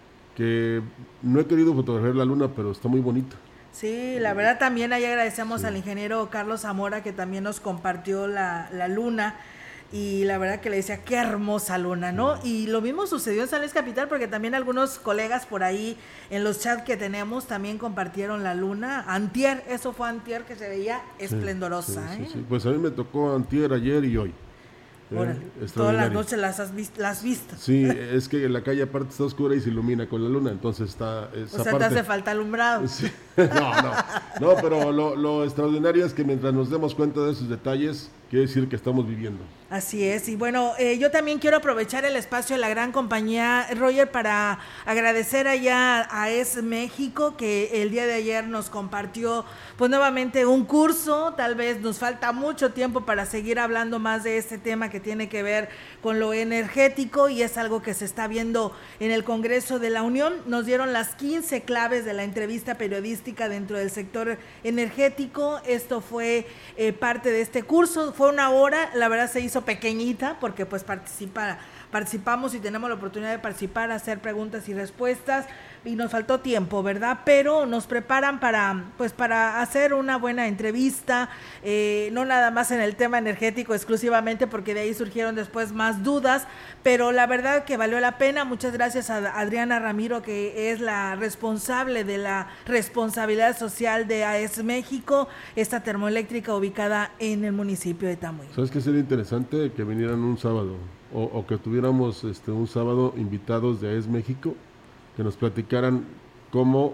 que no he querido fotografiar la luna, pero está muy bonita. Sí, la verdad también ahí agradecemos sí. al ingeniero Carlos Zamora que también nos compartió la, la luna. Y la verdad que le decía, qué hermosa luna, ¿no? Y lo mismo sucedió en San Luis Capital, porque también algunos colegas por ahí en los chats que tenemos también compartieron la luna. Antier, eso fue antier que se veía esplendorosa, sí, sí, ¿eh? Sí, sí. Pues a mí me tocó antier, ayer y hoy. Órale, todas las noches las has visto, las visto. Sí, es que la calle aparte está oscura y se ilumina con la luna, entonces está esa O sea, parte. te hace falta alumbrado. Sí. No, no, no, pero lo, lo extraordinario es que mientras nos demos cuenta de esos detalles, quiere decir que estamos viviendo. Así es, y bueno, eh, yo también quiero aprovechar el espacio de la gran compañía, Roger, para agradecer allá a Es México, que el día de ayer nos compartió pues nuevamente un curso. Tal vez nos falta mucho tiempo para seguir hablando más de este tema que tiene que ver con lo energético, y es algo que se está viendo en el Congreso de la Unión. Nos dieron las quince claves de la entrevista periodística dentro del sector energético. Esto fue eh, parte de este curso, fue una hora, la verdad se hizo pequeñita porque pues participa, participamos y tenemos la oportunidad de participar, hacer preguntas y respuestas, y nos faltó tiempo, ¿verdad? Pero nos preparan para, pues, para hacer una buena entrevista, eh, no nada más en el tema energético exclusivamente, porque de ahí surgieron después más dudas, pero la verdad que valió la pena. Muchas gracias a Adriana Ramiro, que es la responsable de la responsabilidad social de A E S México, esta termoeléctrica ubicada en el municipio de Tamuín. ¿Sabes qué sería interesante? Que vinieran un sábado, o, o que tuviéramos este un sábado invitados de A E S México, que nos platicaran cómo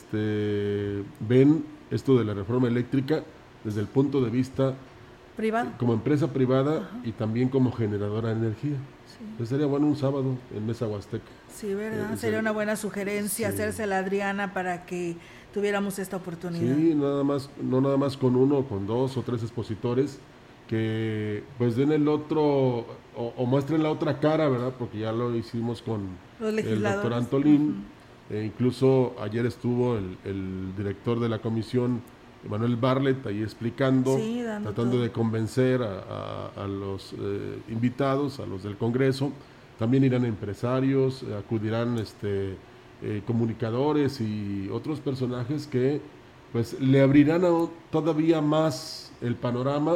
este, ven esto de la reforma eléctrica desde el punto de vista privado, como empresa privada. Ajá. Y también como generadora de energía. Sí. Pues sería bueno un sábado en Mesa Huasteca. Sí, ¿verdad? Eh, sería una buena sugerencia, sí, hacérsela a Adriana para que tuviéramos esta oportunidad. Sí, nada más, no nada más con uno, con dos o tres expositores, que pues den el otro o, o muestren la otra cara, ¿verdad? Porque ya lo hicimos con el doctor Antolín. Uh-huh. E incluso ayer estuvo el, el director de la comisión, Emanuel Barlet, ahí explicando, sí, tratando todo. de convencer a, a, a los eh, invitados, a los del Congreso. También irán empresarios, acudirán este, eh, comunicadores y otros personajes que pues le abrirán a, todavía más el panorama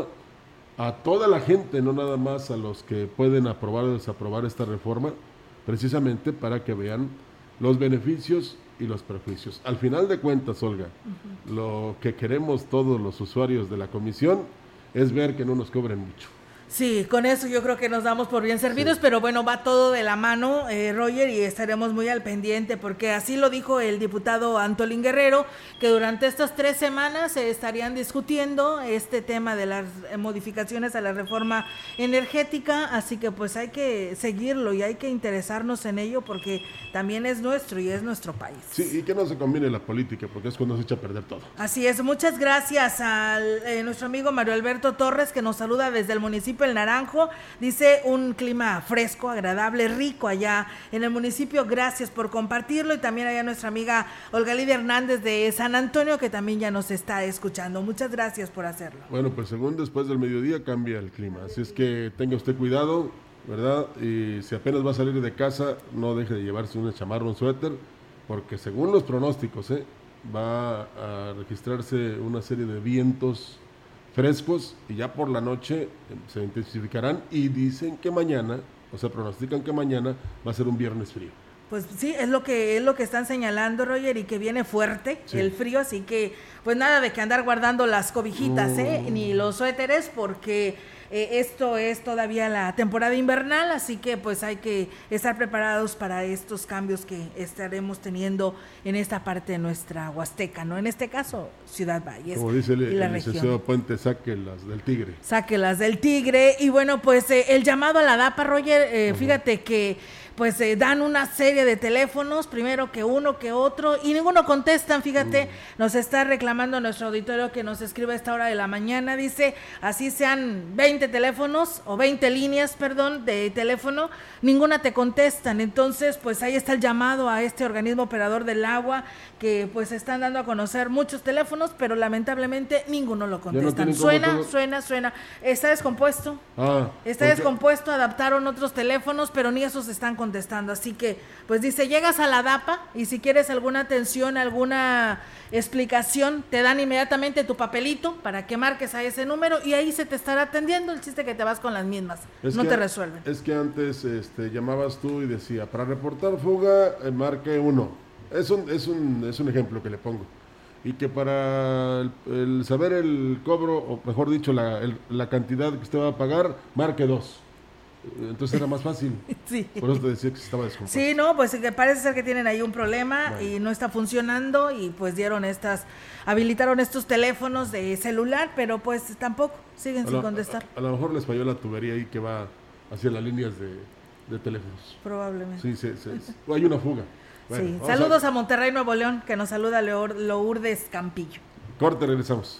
a toda la gente, no nada más a los que pueden aprobar o desaprobar esta reforma, precisamente para que vean los beneficios y los perjuicios. Al final de cuentas, Olga, uh-huh, lo que queremos todos los usuarios de la comisión es ver que no nos cobren mucho. Sí, con eso yo creo que nos damos por bien servidos, sí. Pero bueno, va todo de la mano, eh, Roger, y estaremos muy al pendiente, porque así lo dijo el diputado Antolín Guerrero, que durante estas tres semanas se estarían discutiendo este tema de las modificaciones a la reforma energética, así que pues hay que seguirlo y hay que interesarnos en ello, porque también es nuestro y es nuestro país. Sí, y que no se combine la política, porque es cuando se echa a perder todo. Así es, muchas gracias a eh, nuestro amigo Mario Alberto Torres, que nos saluda desde el municipio El Naranjo. Dice un clima fresco, agradable, rico allá en el municipio. Gracias por compartirlo. Y también allá nuestra amiga Olga Lidia Hernández de San Antonio, que también ya nos está escuchando. Muchas gracias por hacerlo. Bueno, pues según después del mediodía cambia el clima, así es que tenga usted cuidado, ¿verdad? Y si apenas va a salir de casa, no deje de llevarse una chamarra, un suéter, porque según los pronósticos, ¿eh? va a registrarse una serie de vientos frescos y ya por la noche se intensificarán, y dicen que mañana, o sea, pronostican que mañana va a ser un viernes frío. Pues sí, es lo que es lo que están señalando, Roger, y que viene fuerte, sí, el frío, así que pues nada de que andar guardando las cobijitas, no. ¿eh? Ni los suéteres, porque eh, esto es todavía la temporada invernal, así que pues hay que estar preparados para estos cambios que estaremos teniendo en esta parte de nuestra Huasteca, ¿no? En este caso, Ciudad Valles. Como dice el, el licenciado Puente, saque las del Tigre. Saque las del Tigre, y bueno, pues eh, el llamado a la DAPA, Roger, eh, uh-huh. fíjate que pues eh, dan una serie de teléfonos, primero que uno, que otro, y ninguno contestan, fíjate, mm. nos está reclamando nuestro auditorio que nos escribe a esta hora de la mañana, dice, así sean veinte teléfonos, o veinte líneas, perdón, de teléfono, ninguna te contestan. Entonces, pues ahí está el llamado a este organismo operador del agua, que pues están dando a conocer muchos teléfonos, pero lamentablemente ninguno lo contestan. No suena, todo... suena, suena, está descompuesto, ah, está porque... descompuesto, adaptaron otros teléfonos, pero ni esos están contestando, así que pues dice, llegas a la DAPA y si quieres alguna atención, alguna explicación, te dan inmediatamente tu papelito para que marques a ese número y ahí se te estará atendiendo. El chiste que te vas con las mismas, es no que, te resuelven. Es que antes este, llamabas tú y decía, para reportar fuga, eh, marque uno. Es un, es un, es un ejemplo que le pongo. Y que para el, el saber el cobro, o mejor dicho, la, el, la cantidad que usted va a pagar, marque dos. Entonces era más fácil. Sí. Por eso te decía que se estaba descompuesto. Sí, no, pues que parece ser que tienen ahí un problema Bueno. y no está funcionando y pues dieron estas, habilitaron estos teléfonos de celular, pero pues tampoco siguen A sin lo, contestar. a, a lo mejor les falló la tubería ahí que va hacia las líneas de, de teléfonos. Probablemente. Sí, sí, sí, sí. O hay una fuga. Bueno, sí. vamos Saludos a... a Monterrey, Nuevo León, que nos saluda Leor, Lourdes Campillo. Corte, regresamos.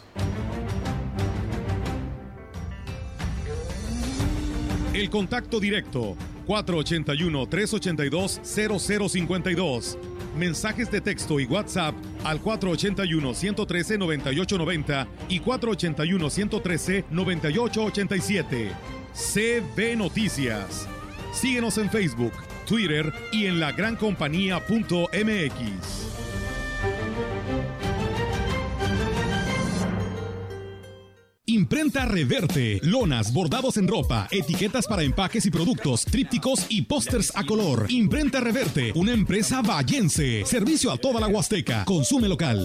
El contacto directo cuatro ochenta y uno, trescientos ochenta y dos, cero cero cincuenta y dos. Mensajes de texto y WhatsApp al cuatro ochenta y uno, ciento trece, noventa y ocho noventa y cuatro ochenta y uno, ciento trece, noventa y ocho ochenta y siete. C B Noticias. Síguenos en Facebook, Twitter y en la gran compañía punto m x. Imprenta Reverte, lonas, bordados en ropa, etiquetas para empaques y productos, trípticos y pósters a color. Imprenta Reverte, una empresa vallense. Servicio a toda la Huasteca. Consume local.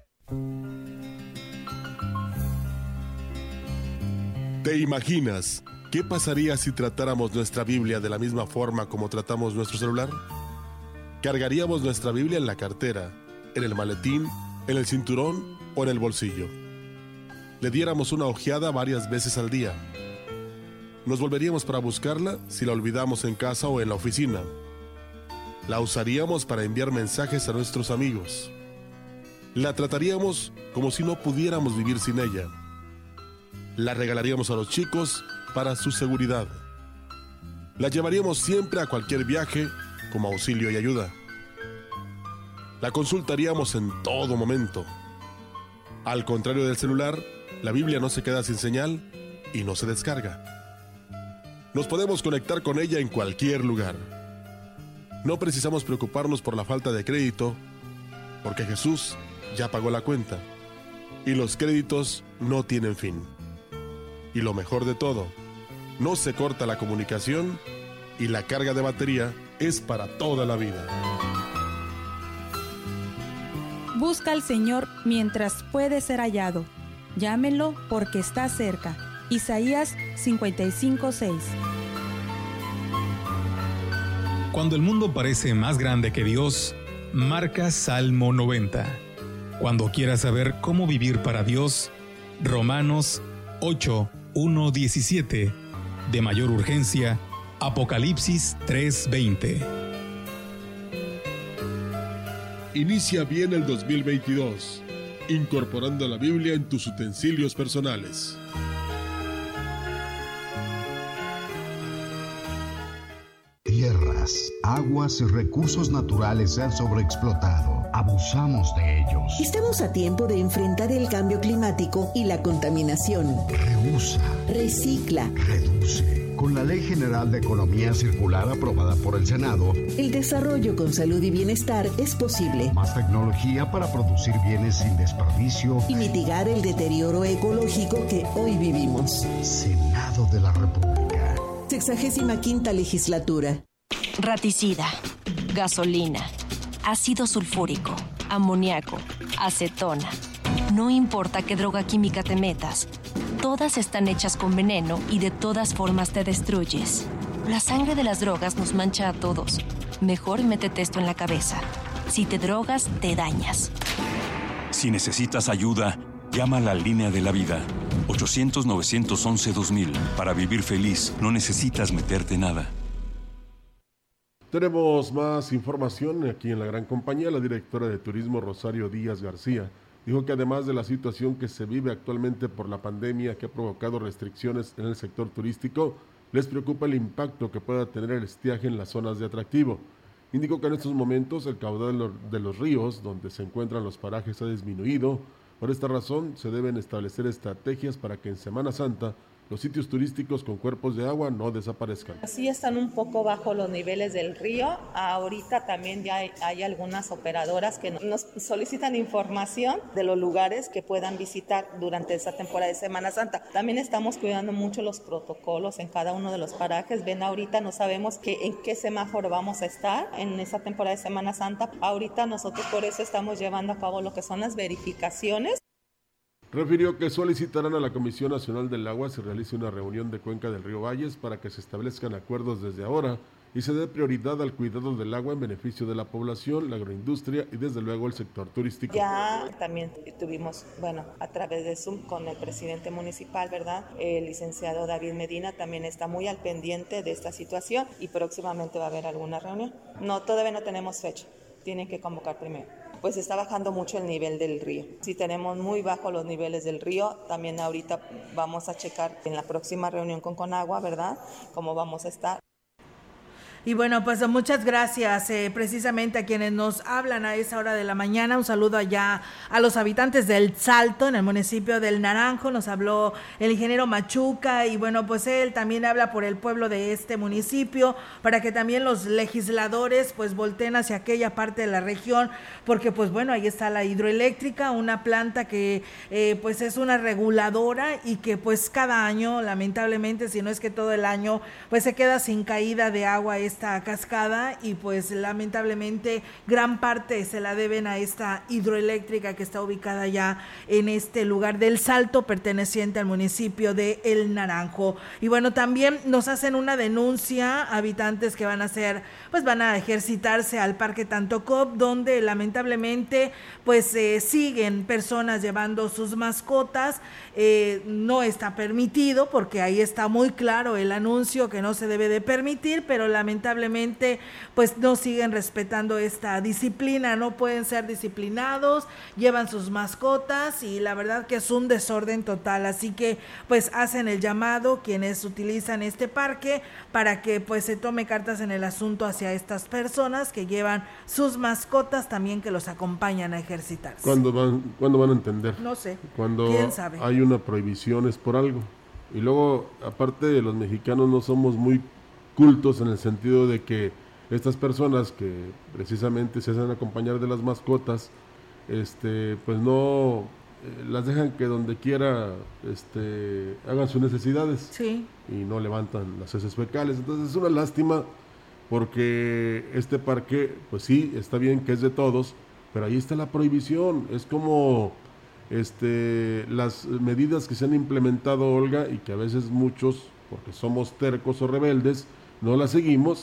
¿Te imaginas qué pasaría si tratáramos nuestra Biblia de la misma forma como tratamos nuestro celular? Cargaríamos nuestra Biblia en la cartera, en el maletín, en el cinturón o en el bolsillo. Le diéramos una ojeada varias veces al día. Nos volveríamos para buscarla si la olvidamos en casa o en la oficina. La usaríamos para enviar mensajes a nuestros amigos. La trataríamos como si no pudiéramos vivir sin ella. La regalaríamos a los chicos para su seguridad. La llevaríamos siempre a cualquier viaje como auxilio y ayuda. La consultaríamos en todo momento. Al contrario del celular, la Biblia no se queda sin señal y no se descarga. Nos podemos conectar con ella en cualquier lugar. No precisamos preocuparnos por la falta de crédito, porque Jesús ya pagó la cuenta y los créditos no tienen fin. Y lo mejor de todo, no se corta la comunicación y la carga de batería es para toda la vida. Busca al Señor mientras puede ser hallado. Llámelo porque está cerca. Isaías cincuenta y cinco, seis. Cuando el mundo parece más grande que Dios, marca Salmo noventa. Cuando quieras saber cómo vivir para Dios, Romanos ocho, uno, diecisiete. De mayor urgencia, Apocalipsis tres, veinte. Inicia bien el dos mil veintidós, incorporando la Biblia en tus utensilios personales. Tierras, aguas y recursos naturales se han sobreexplotado. Abusamos de ellos. Estamos a tiempo de enfrentar el cambio climático y la contaminación. Reusa. Recicla. Reduce. Con la Ley General de Economía Circular aprobada por el Senado, el desarrollo con salud y bienestar es posible. Más tecnología para producir bienes sin desperdicio y mitigar el deterioro ecológico que hoy vivimos. Senado de la República. Sexagésima quinta legislatura. Raticida, gasolina, ácido sulfúrico, amoníaco, acetona. No importa qué droga química te metas, todas están hechas con veneno y de todas formas te destruyes. La sangre de las drogas nos mancha a todos. Mejor métete esto en la cabeza. Si te drogas, te dañas. Si necesitas ayuda, llama a la Línea de la Vida. ochocientos, novecientos once, dos mil. Para vivir feliz, no necesitas meterte nada. Tenemos más información aquí en la gran compañía. La directora de Turismo, Rosario Díaz García, dijo que además de la situación que se vive actualmente por la pandemia que ha provocado restricciones en el sector turístico, les preocupa el impacto que pueda tener el estiaje en las zonas de atractivo. Indicó que en estos momentos el caudal de los ríos donde se encuentran los parajes ha disminuido. Por esta razón se deben establecer estrategias para que en Semana Santa los sitios turísticos con cuerpos de agua no desaparezcan. Sí están un poco bajo los niveles del río. Ahorita también ya hay, hay algunas operadoras que nos solicitan información de los lugares que puedan visitar durante esta temporada de Semana Santa. También estamos cuidando mucho los protocolos en cada uno de los parajes. Ven, ahorita no sabemos que, en qué semáforo vamos a estar en esta temporada de Semana Santa. Ahorita nosotros por eso estamos llevando a cabo lo que son las verificaciones. refirió que solicitarán a la Comisión Nacional del Agua se realice una reunión de Cuenca del Río Valles para que se establezcan acuerdos desde ahora y se dé prioridad al cuidado del agua en beneficio de la población, la agroindustria y desde luego el sector turístico. Ya también tuvimos, bueno, a través de Zoom con el presidente municipal, ¿verdad? El licenciado David Medina también está muy al pendiente de esta situación y próximamente va a haber alguna reunión. No, todavía no tenemos fecha, tienen que convocar primero. Pues está bajando mucho el nivel del río. Si tenemos muy bajos los niveles del río, también ahorita vamos a checar en la próxima reunión con Conagua, ¿verdad? Cómo vamos a estar. Y bueno, pues muchas gracias eh, precisamente a quienes nos hablan a esa hora de la mañana. Un saludo allá a los habitantes del Salto, en el municipio del Naranjo. Nos habló el ingeniero Machuca y bueno, pues él también habla por el pueblo de este municipio para que también los legisladores pues volteen hacia aquella parte de la región, porque pues bueno, ahí está la hidroeléctrica, una planta que eh, pues es una reguladora y que pues cada año, lamentablemente, si no es que todo el año, pues se queda sin caída de agua esta cascada y pues lamentablemente gran parte se la deben a esta hidroeléctrica que está ubicada ya en este lugar del Salto, perteneciente al municipio de El Naranjo. Y bueno, también nos hacen una denuncia habitantes que van a hacer, pues van a ejercitarse al Parque Tantocop, donde lamentablemente pues eh, siguen personas llevando sus mascotas. Eh, no está permitido porque ahí está muy claro el anuncio que no se debe de permitir, pero lamentablemente lamentablemente pues no siguen respetando esta disciplina, no pueden ser disciplinados, llevan sus mascotas y la verdad que es un desorden total, así que pues hacen el llamado quienes utilizan este parque para que pues se tome cartas en el asunto hacia estas personas que llevan sus mascotas, también que los acompañan a ejercitarse. ¿Cuándo van, ¿cuándo van a entender? No sé, cuando quién sabe. Hay una prohibición es por algo, y luego aparte los mexicanos no somos muy cultos en el sentido de que estas personas que precisamente se hacen acompañar de las mascotas, este, pues no eh, las dejan que donde quiera este, hagan sus necesidades, sí, y no levantan las heces fecales. Entonces es una lástima porque este parque, pues sí, está bien que es de todos, pero ahí está la prohibición. Es como este, las medidas que se han implementado, Olga, y que a veces muchos, porque somos tercos o rebeldes, no la seguimos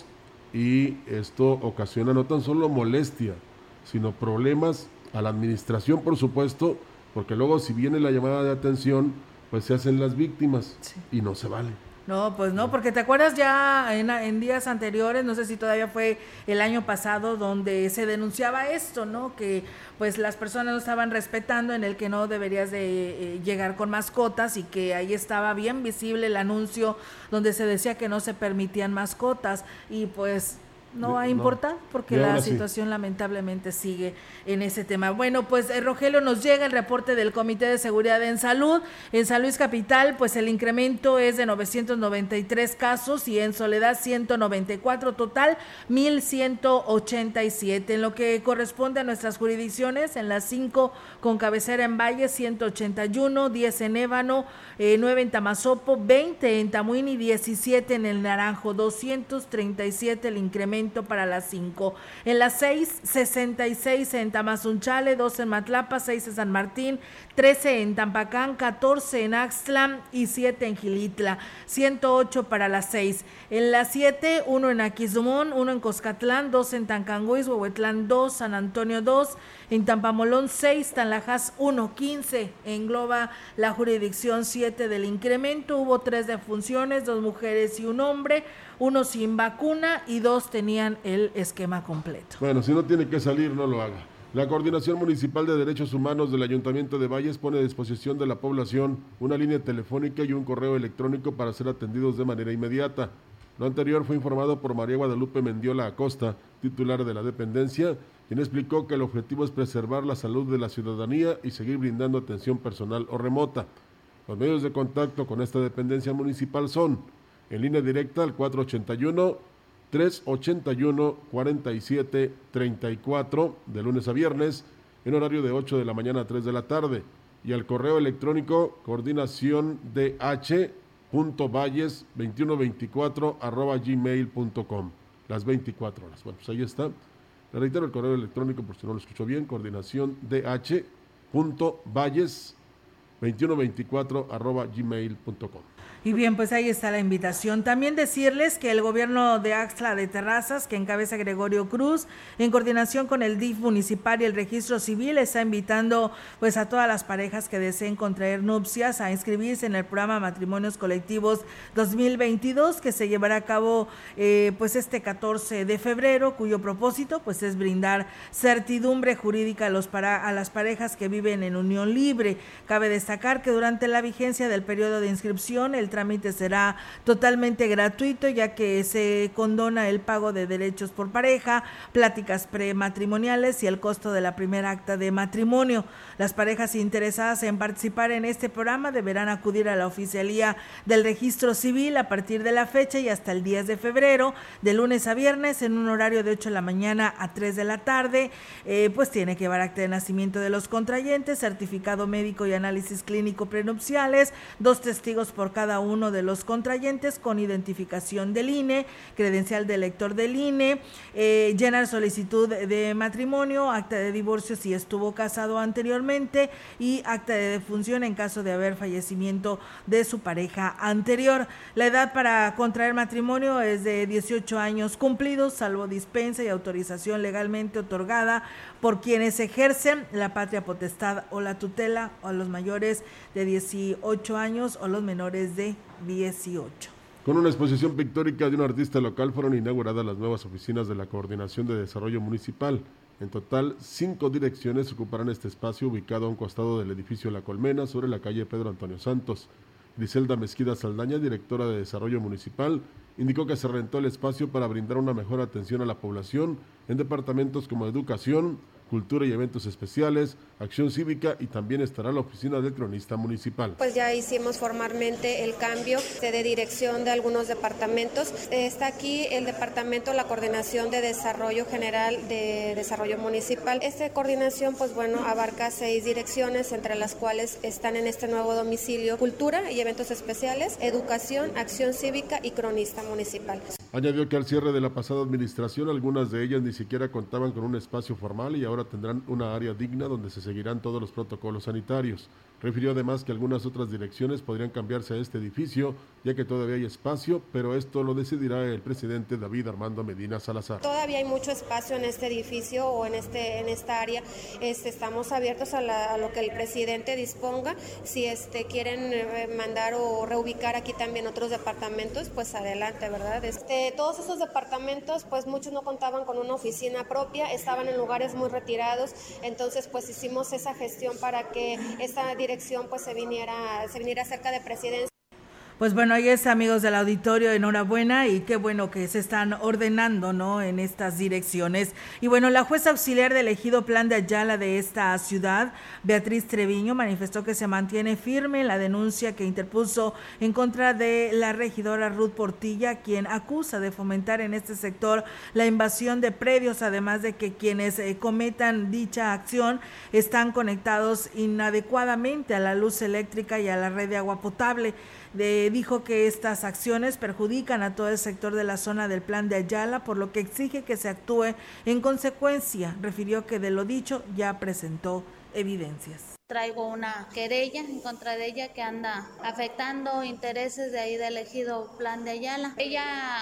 y esto ocasiona no tan solo molestia, sino problemas a la administración, por supuesto, porque luego si viene la llamada de atención, pues se hacen las víctimas, sí, y no se vale. No, pues no, porque te acuerdas ya en, en días anteriores, no sé si todavía fue el año pasado, donde se denunciaba esto, ¿no? Que pues las personas no estaban respetando, en el que no deberías de eh, llegar con mascotas, y que ahí estaba bien visible el anuncio donde se decía que no se permitían mascotas, y pues no ha importado porque la situación sí, lamentablemente sigue en ese tema. Bueno, pues eh, Rogelio, nos llega el reporte del Comité de Seguridad en Salud. En San Luis Capital, pues el incremento es de novecientos noventa y tres casos y en Soledad ciento noventa y cuatro, total mil ciento ochenta y siete. En lo que corresponde a nuestras jurisdicciones, en las cinco con cabecera en Valle, ciento ochenta y uno, diez en Ébano, eh, nueve en Tamazopo, veinte en Tamuín y diecisiete en El Naranjo, doscientos treinta y siete el incremento para las cinco. En las seis, sesenta y seis en Tamazunchale, doce en Matlapa, seis en San Martín, trece en Tampacán, catorce en Axtla y siete en Gilitla, ciento ocho para las seis. En las siete, uno en Aquismón, uno en Coscatlán, dos en Tancanguis, Huehuetlán dos, San Antonio dos, en Tampamolón seis, Tanlajas uno, quince. Engloba la jurisdicción siete del incremento. Hubo tres defunciones, dos mujeres y un hombre, uno sin vacuna y dos tenían el esquema completo. Bueno, si no tiene que salir, no lo haga. La Coordinación Municipal de Derechos Humanos del Ayuntamiento de Valles pone a disposición de la población una línea telefónica y un correo electrónico para ser atendidos de manera inmediata. Lo anterior fue informado por María Guadalupe Mendiola Acosta, titular de la dependencia, quien explicó que el objetivo es preservar la salud de la ciudadanía y seguir brindando atención personal o remota. Los medios de contacto con esta dependencia municipal son en línea directa al cuatro ochenta y uno, tres ochenta y uno, cuarenta y siete treinta y cuatro de lunes a viernes en horario de ocho de la mañana a tres de la tarde, y al correo electrónico coordinación d h punto valles veintiuno veinticuatro arroba gmail punto com, las veinticuatro horas. Bueno, pues ahí está. Le reitero el correo electrónico por si no lo escuchó bien, coordinación d h punto valles veintiuno veinticuatro arroba gmail punto com. Y bien, pues ahí está la invitación. También decirles que el gobierno de Axtla de Terrazas, que encabeza Gregorio Cruz, en coordinación con el D I F municipal y el registro civil, está invitando pues a todas las parejas que deseen contraer nupcias a inscribirse en el programa Matrimonios Colectivos dos mil veintidós, que se llevará a cabo eh, pues este catorce de febrero, cuyo propósito pues es brindar certidumbre jurídica a, los para, a las parejas que viven en unión libre. Cabe destacar que durante la vigencia del periodo de inscripción, el trámite será totalmente gratuito, ya que se condona el pago de derechos por pareja, pláticas prematrimoniales y el costo de la primera acta de matrimonio. Las parejas interesadas en participar en este programa deberán acudir a la oficialía del registro civil a partir de la fecha y hasta el diez de febrero, de lunes a viernes, en un horario de ocho de la mañana a tres de la tarde. Eh, pues tiene que llevar acta de nacimiento de los contrayentes, certificado médico y análisis clínico prenupciales, dos testigos por cada uno de los contrayentes con identificación del I N E, credencial de elector del I N E, eh, llenar solicitud de matrimonio, acta de divorcio si estuvo casado anteriormente y acta de defunción en caso de haber fallecimiento de su pareja anterior. La edad para contraer matrimonio es de dieciocho años cumplidos, salvo dispensa y autorización legalmente otorgada por quienes ejercen la patria potestad o la tutela, o a los mayores de dieciocho años o los menores de dieciocho. Con una exposición pictórica de un artista local fueron inauguradas las nuevas oficinas de la Coordinación de Desarrollo Municipal. En total, cinco direcciones ocuparán este espacio ubicado a un costado del edificio La Colmena, sobre la calle Pedro Antonio Santos. Griselda Mezquida Saldaña, directora de Desarrollo Municipal, indicó que se rentó el espacio para brindar una mejor atención a la población en departamentos como Educación, Cultura y Eventos Especiales, Acción Cívica, y también estará la oficina del cronista municipal. Pues ya hicimos formalmente el cambio de dirección de algunos departamentos. Está aquí el departamento, la Coordinación de Desarrollo General de Desarrollo Municipal. Esta coordinación, pues bueno, abarca seis direcciones, entre las cuales están en este nuevo domicilio Cultura y Eventos Especiales, Educación, Acción Cívica y Cronista Municipal. Añadió que al cierre de la pasada administración, algunas de ellas ni siquiera contaban con un espacio formal y ahora tendrán una área digna donde se seguirán todos los protocolos sanitarios. Refirió además que algunas otras direcciones podrían cambiarse a este edificio, ya que todavía hay espacio, pero esto lo decidirá el presidente David Armando Medina Salazar. Todavía hay mucho espacio en este edificio o en este en esta área. Este, estamos abiertos a, la, a lo que el presidente disponga. Si este quieren eh, mandar o reubicar aquí también otros departamentos, pues adelante, ¿verdad? Este, todos esos departamentos, pues muchos no contaban con una oficina propia, estaban en lugares muy retirados, entonces pues hicimos esa gestión para que esta dirección pues se viniera, se viniera cerca de Presidencia. Pues bueno, ahí es, amigos del auditorio, enhorabuena y qué bueno que se están ordenando, ¿no?, en estas direcciones. Y bueno, la jueza auxiliar del ejido Plan de Ayala de esta ciudad, Beatriz Treviño, manifestó que se mantiene firme en la denuncia que interpuso en contra de la regidora Ruth Portilla, quien acusa de fomentar en este sector la invasión de predios, además de que quienes eh, cometan dicha acción están conectados inadecuadamente a la luz eléctrica y a la red de agua potable. De, dijo que estas acciones perjudican a todo el sector de la zona del Plan de Ayala, por lo que exige que se actúe en consecuencia. Refirió que de lo dicho ya presentó evidencias. Traigo una querella en contra de ella que anda afectando intereses de ahí del ejido Plan de Ayala. Ella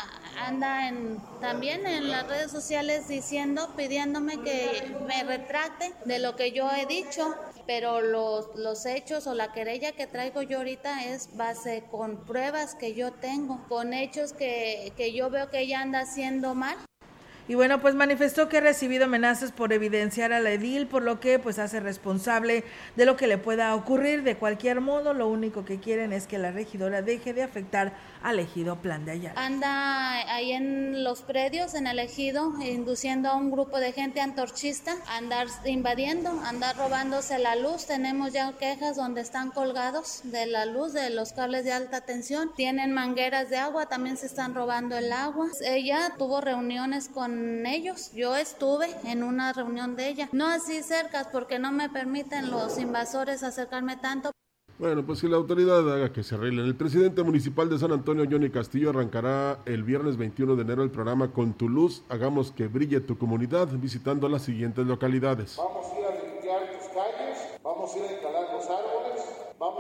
anda en, también en las redes sociales diciendo, pidiéndome que me retracte de lo que yo he dicho, pero los, los hechos o la querella que traigo yo ahorita es base con pruebas que yo tengo, con hechos que, que yo veo que ella anda haciendo mal. Y bueno, pues manifestó que ha recibido amenazas por evidenciar a la edil, por lo que pues hace responsable de lo que le pueda ocurrir. De cualquier modo, lo único que quieren es que la regidora deje de afectar al ejido Plan de Ayala. Anda ahí en los predios, en el ejido, induciendo a un grupo de gente antorchista, andar invadiendo, andar robándose la luz. Tenemos ya quejas donde están colgados de la luz, de los cables de alta tensión. Tienen mangueras de agua, también se están robando el agua. Ella tuvo reuniones con ellos, yo estuve en una reunión de ella, no así cercas porque no me permiten los invasores acercarme tanto. Bueno, pues si la autoridad haga que se arreglen. El presidente municipal de San Antonio, Johnny Castillo, arrancará el viernes veintiuno de enero el programa Con tu luz, hagamos que brille tu comunidad, visitando las siguientes localidades. Vamos a ir a limpiar tus calles, vamos a ir a instalar los árboles, vamos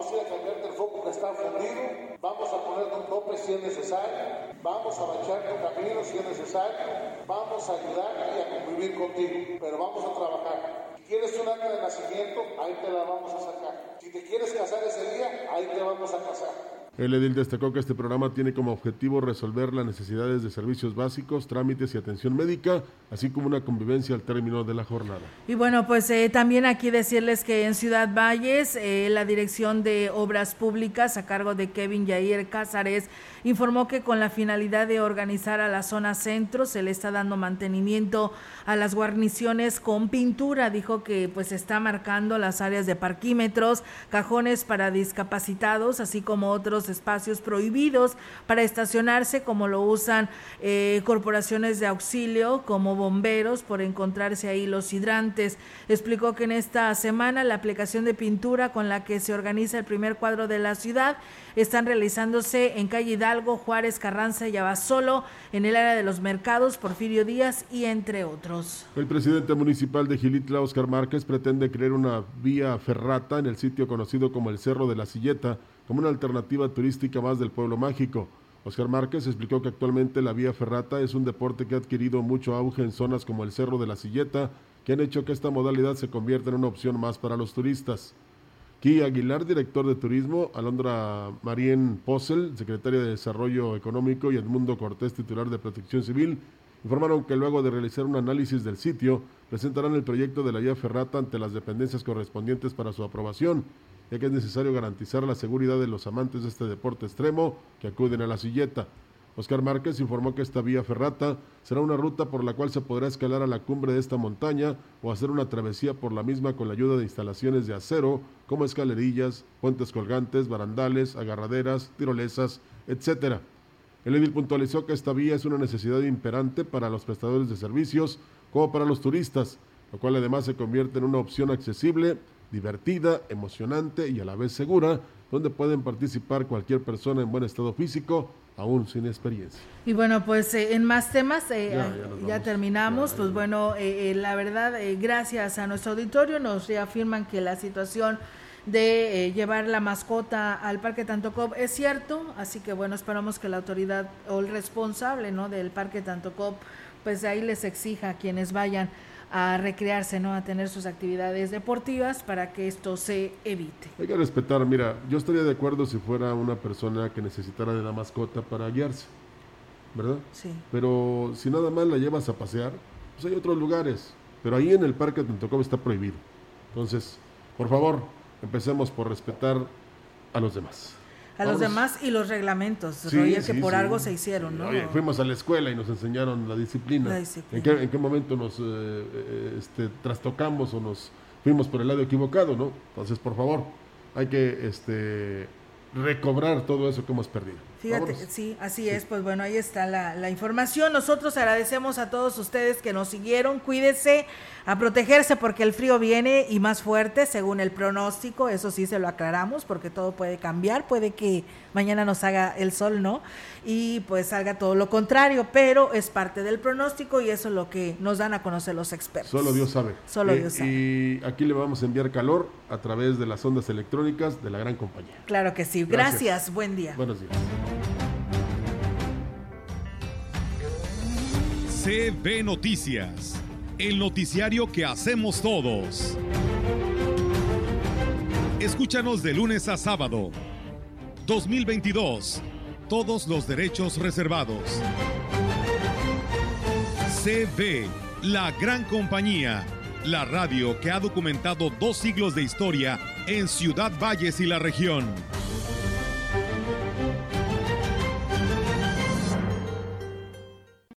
contigo, vamos a ponerte un tope si es necesario, vamos a bachar tu camino si es necesario, vamos a ayudar y a convivir contigo, pero vamos a trabajar. Si quieres un acta de nacimiento, ahí te la vamos a sacar. Si te quieres casar ese día, ahí te vamos a casar. El edil destacó que este programa tiene como objetivo resolver las necesidades de servicios básicos, trámites y atención médica, así como una convivencia al término de la jornada. Y bueno, pues eh, también aquí decirles que en Ciudad Valles, eh, la Dirección de Obras Públicas, a cargo de Kevin Yair Cázares, informó que con la finalidad de organizar a la zona centro, se le está dando mantenimiento a las guarniciones con pintura. Dijo que pues está marcando las áreas de parquímetros, cajones para discapacitados, así como otros espacios prohibidos para estacionarse, como lo usan eh, corporaciones de auxilio como bomberos, por encontrarse ahí los hidrantes. Explicó que en esta semana la aplicación de pintura con la que se organiza el primer cuadro de la ciudad están realizándose en calle Hidalgo, Juárez, Carranza y Abasolo, en el área de los mercados, Porfirio Díaz y entre otros. El presidente municipal de Xilitla, Óscar Márquez, pretende crear una vía ferrata en el sitio conocido como el Cerro de la Silleta, como una alternativa turística más del pueblo mágico. Óscar Márquez explicó que actualmente la vía ferrata es un deporte que ha adquirido mucho auge en zonas como el Cerro de la Silleta, que han hecho que esta modalidad se convierta en una opción más para los turistas. Ki Aguilar, director de turismo, Alondra Marien Posel, secretaria de Desarrollo Económico, y Edmundo Cortés, titular de Protección Civil, informaron que luego de realizar un análisis del sitio, presentarán el proyecto de la vía ferrata ante las dependencias correspondientes para su aprobación, ya que es necesario garantizar la seguridad de los amantes de este deporte extremo que acuden a la Silleta. Óscar Márquez informó que esta vía ferrata será una ruta por la cual se podrá escalar a la cumbre de esta montaña o hacer una travesía por la misma con la ayuda de instalaciones de acero como escalerillas, puentes colgantes, barandales, agarraderas, tirolesas, etcétera. El edil puntualizó que esta vía es una necesidad imperante para los prestadores de servicios como para los turistas, lo cual además se convierte en una opción accesible, divertida, emocionante y a la vez segura, donde pueden participar cualquier persona en buen estado físico, aún sin experiencia. Y bueno, pues eh, en más temas, eh, ya, ya, ya terminamos, ya, ya, pues bueno, eh, eh, la verdad, eh, gracias a nuestro auditorio, nos reafirman que la situación de eh, llevar la mascota al Parque Tantocop es cierto, así que bueno, esperamos que la autoridad o el responsable, ¿no?, del Parque Tantocop, pues ahí les exija a quienes vayan a recrearse, ¿no?, a tener sus actividades deportivas para que esto se evite. Hay que respetar, mira, yo estaría de acuerdo si fuera una persona que necesitara de la mascota para guiarse, ¿verdad? Sí. Pero si nada más la llevas a pasear, pues hay otros lugares, pero ahí en el Parque Tantocop está prohibido. Entonces, por favor, empecemos por respetar a los demás. A Vamos. los demás y los reglamentos, sí, Roger, sí, que por sí. algo se hicieron, ¿no? Oye, fuimos a la escuela y nos enseñaron la disciplina. La disciplina. ¿En qué, en qué momento nos eh, este, trastocamos o nos fuimos por el lado equivocado, no? Entonces, por favor, hay que este, recobrar todo eso que hemos perdido. Fíjate, Vámonos. sí, así sí. es, pues bueno, ahí está la, la información. Nosotros agradecemos a todos ustedes que nos siguieron, cuídense, a protegerse porque el frío viene y más fuerte según el pronóstico, eso sí se lo aclaramos porque todo puede cambiar, puede que mañana nos haga el sol, ¿no? Y pues salga todo lo contrario, pero es parte del pronóstico y eso es lo que nos dan a conocer los expertos. Solo Dios sabe. Solo eh, Dios sabe. Y aquí le vamos a enviar calor a través de las ondas electrónicas de la gran compañía. Claro que sí, gracias, gracias. Buen día. Buenos días. C B Noticias, el noticiario que hacemos todos. Escúchanos de lunes a sábado. dos mil veintidós. Todos los derechos reservados. C B, la gran compañía. La radio que ha documentado dos siglos de historia en Ciudad Valles y la región.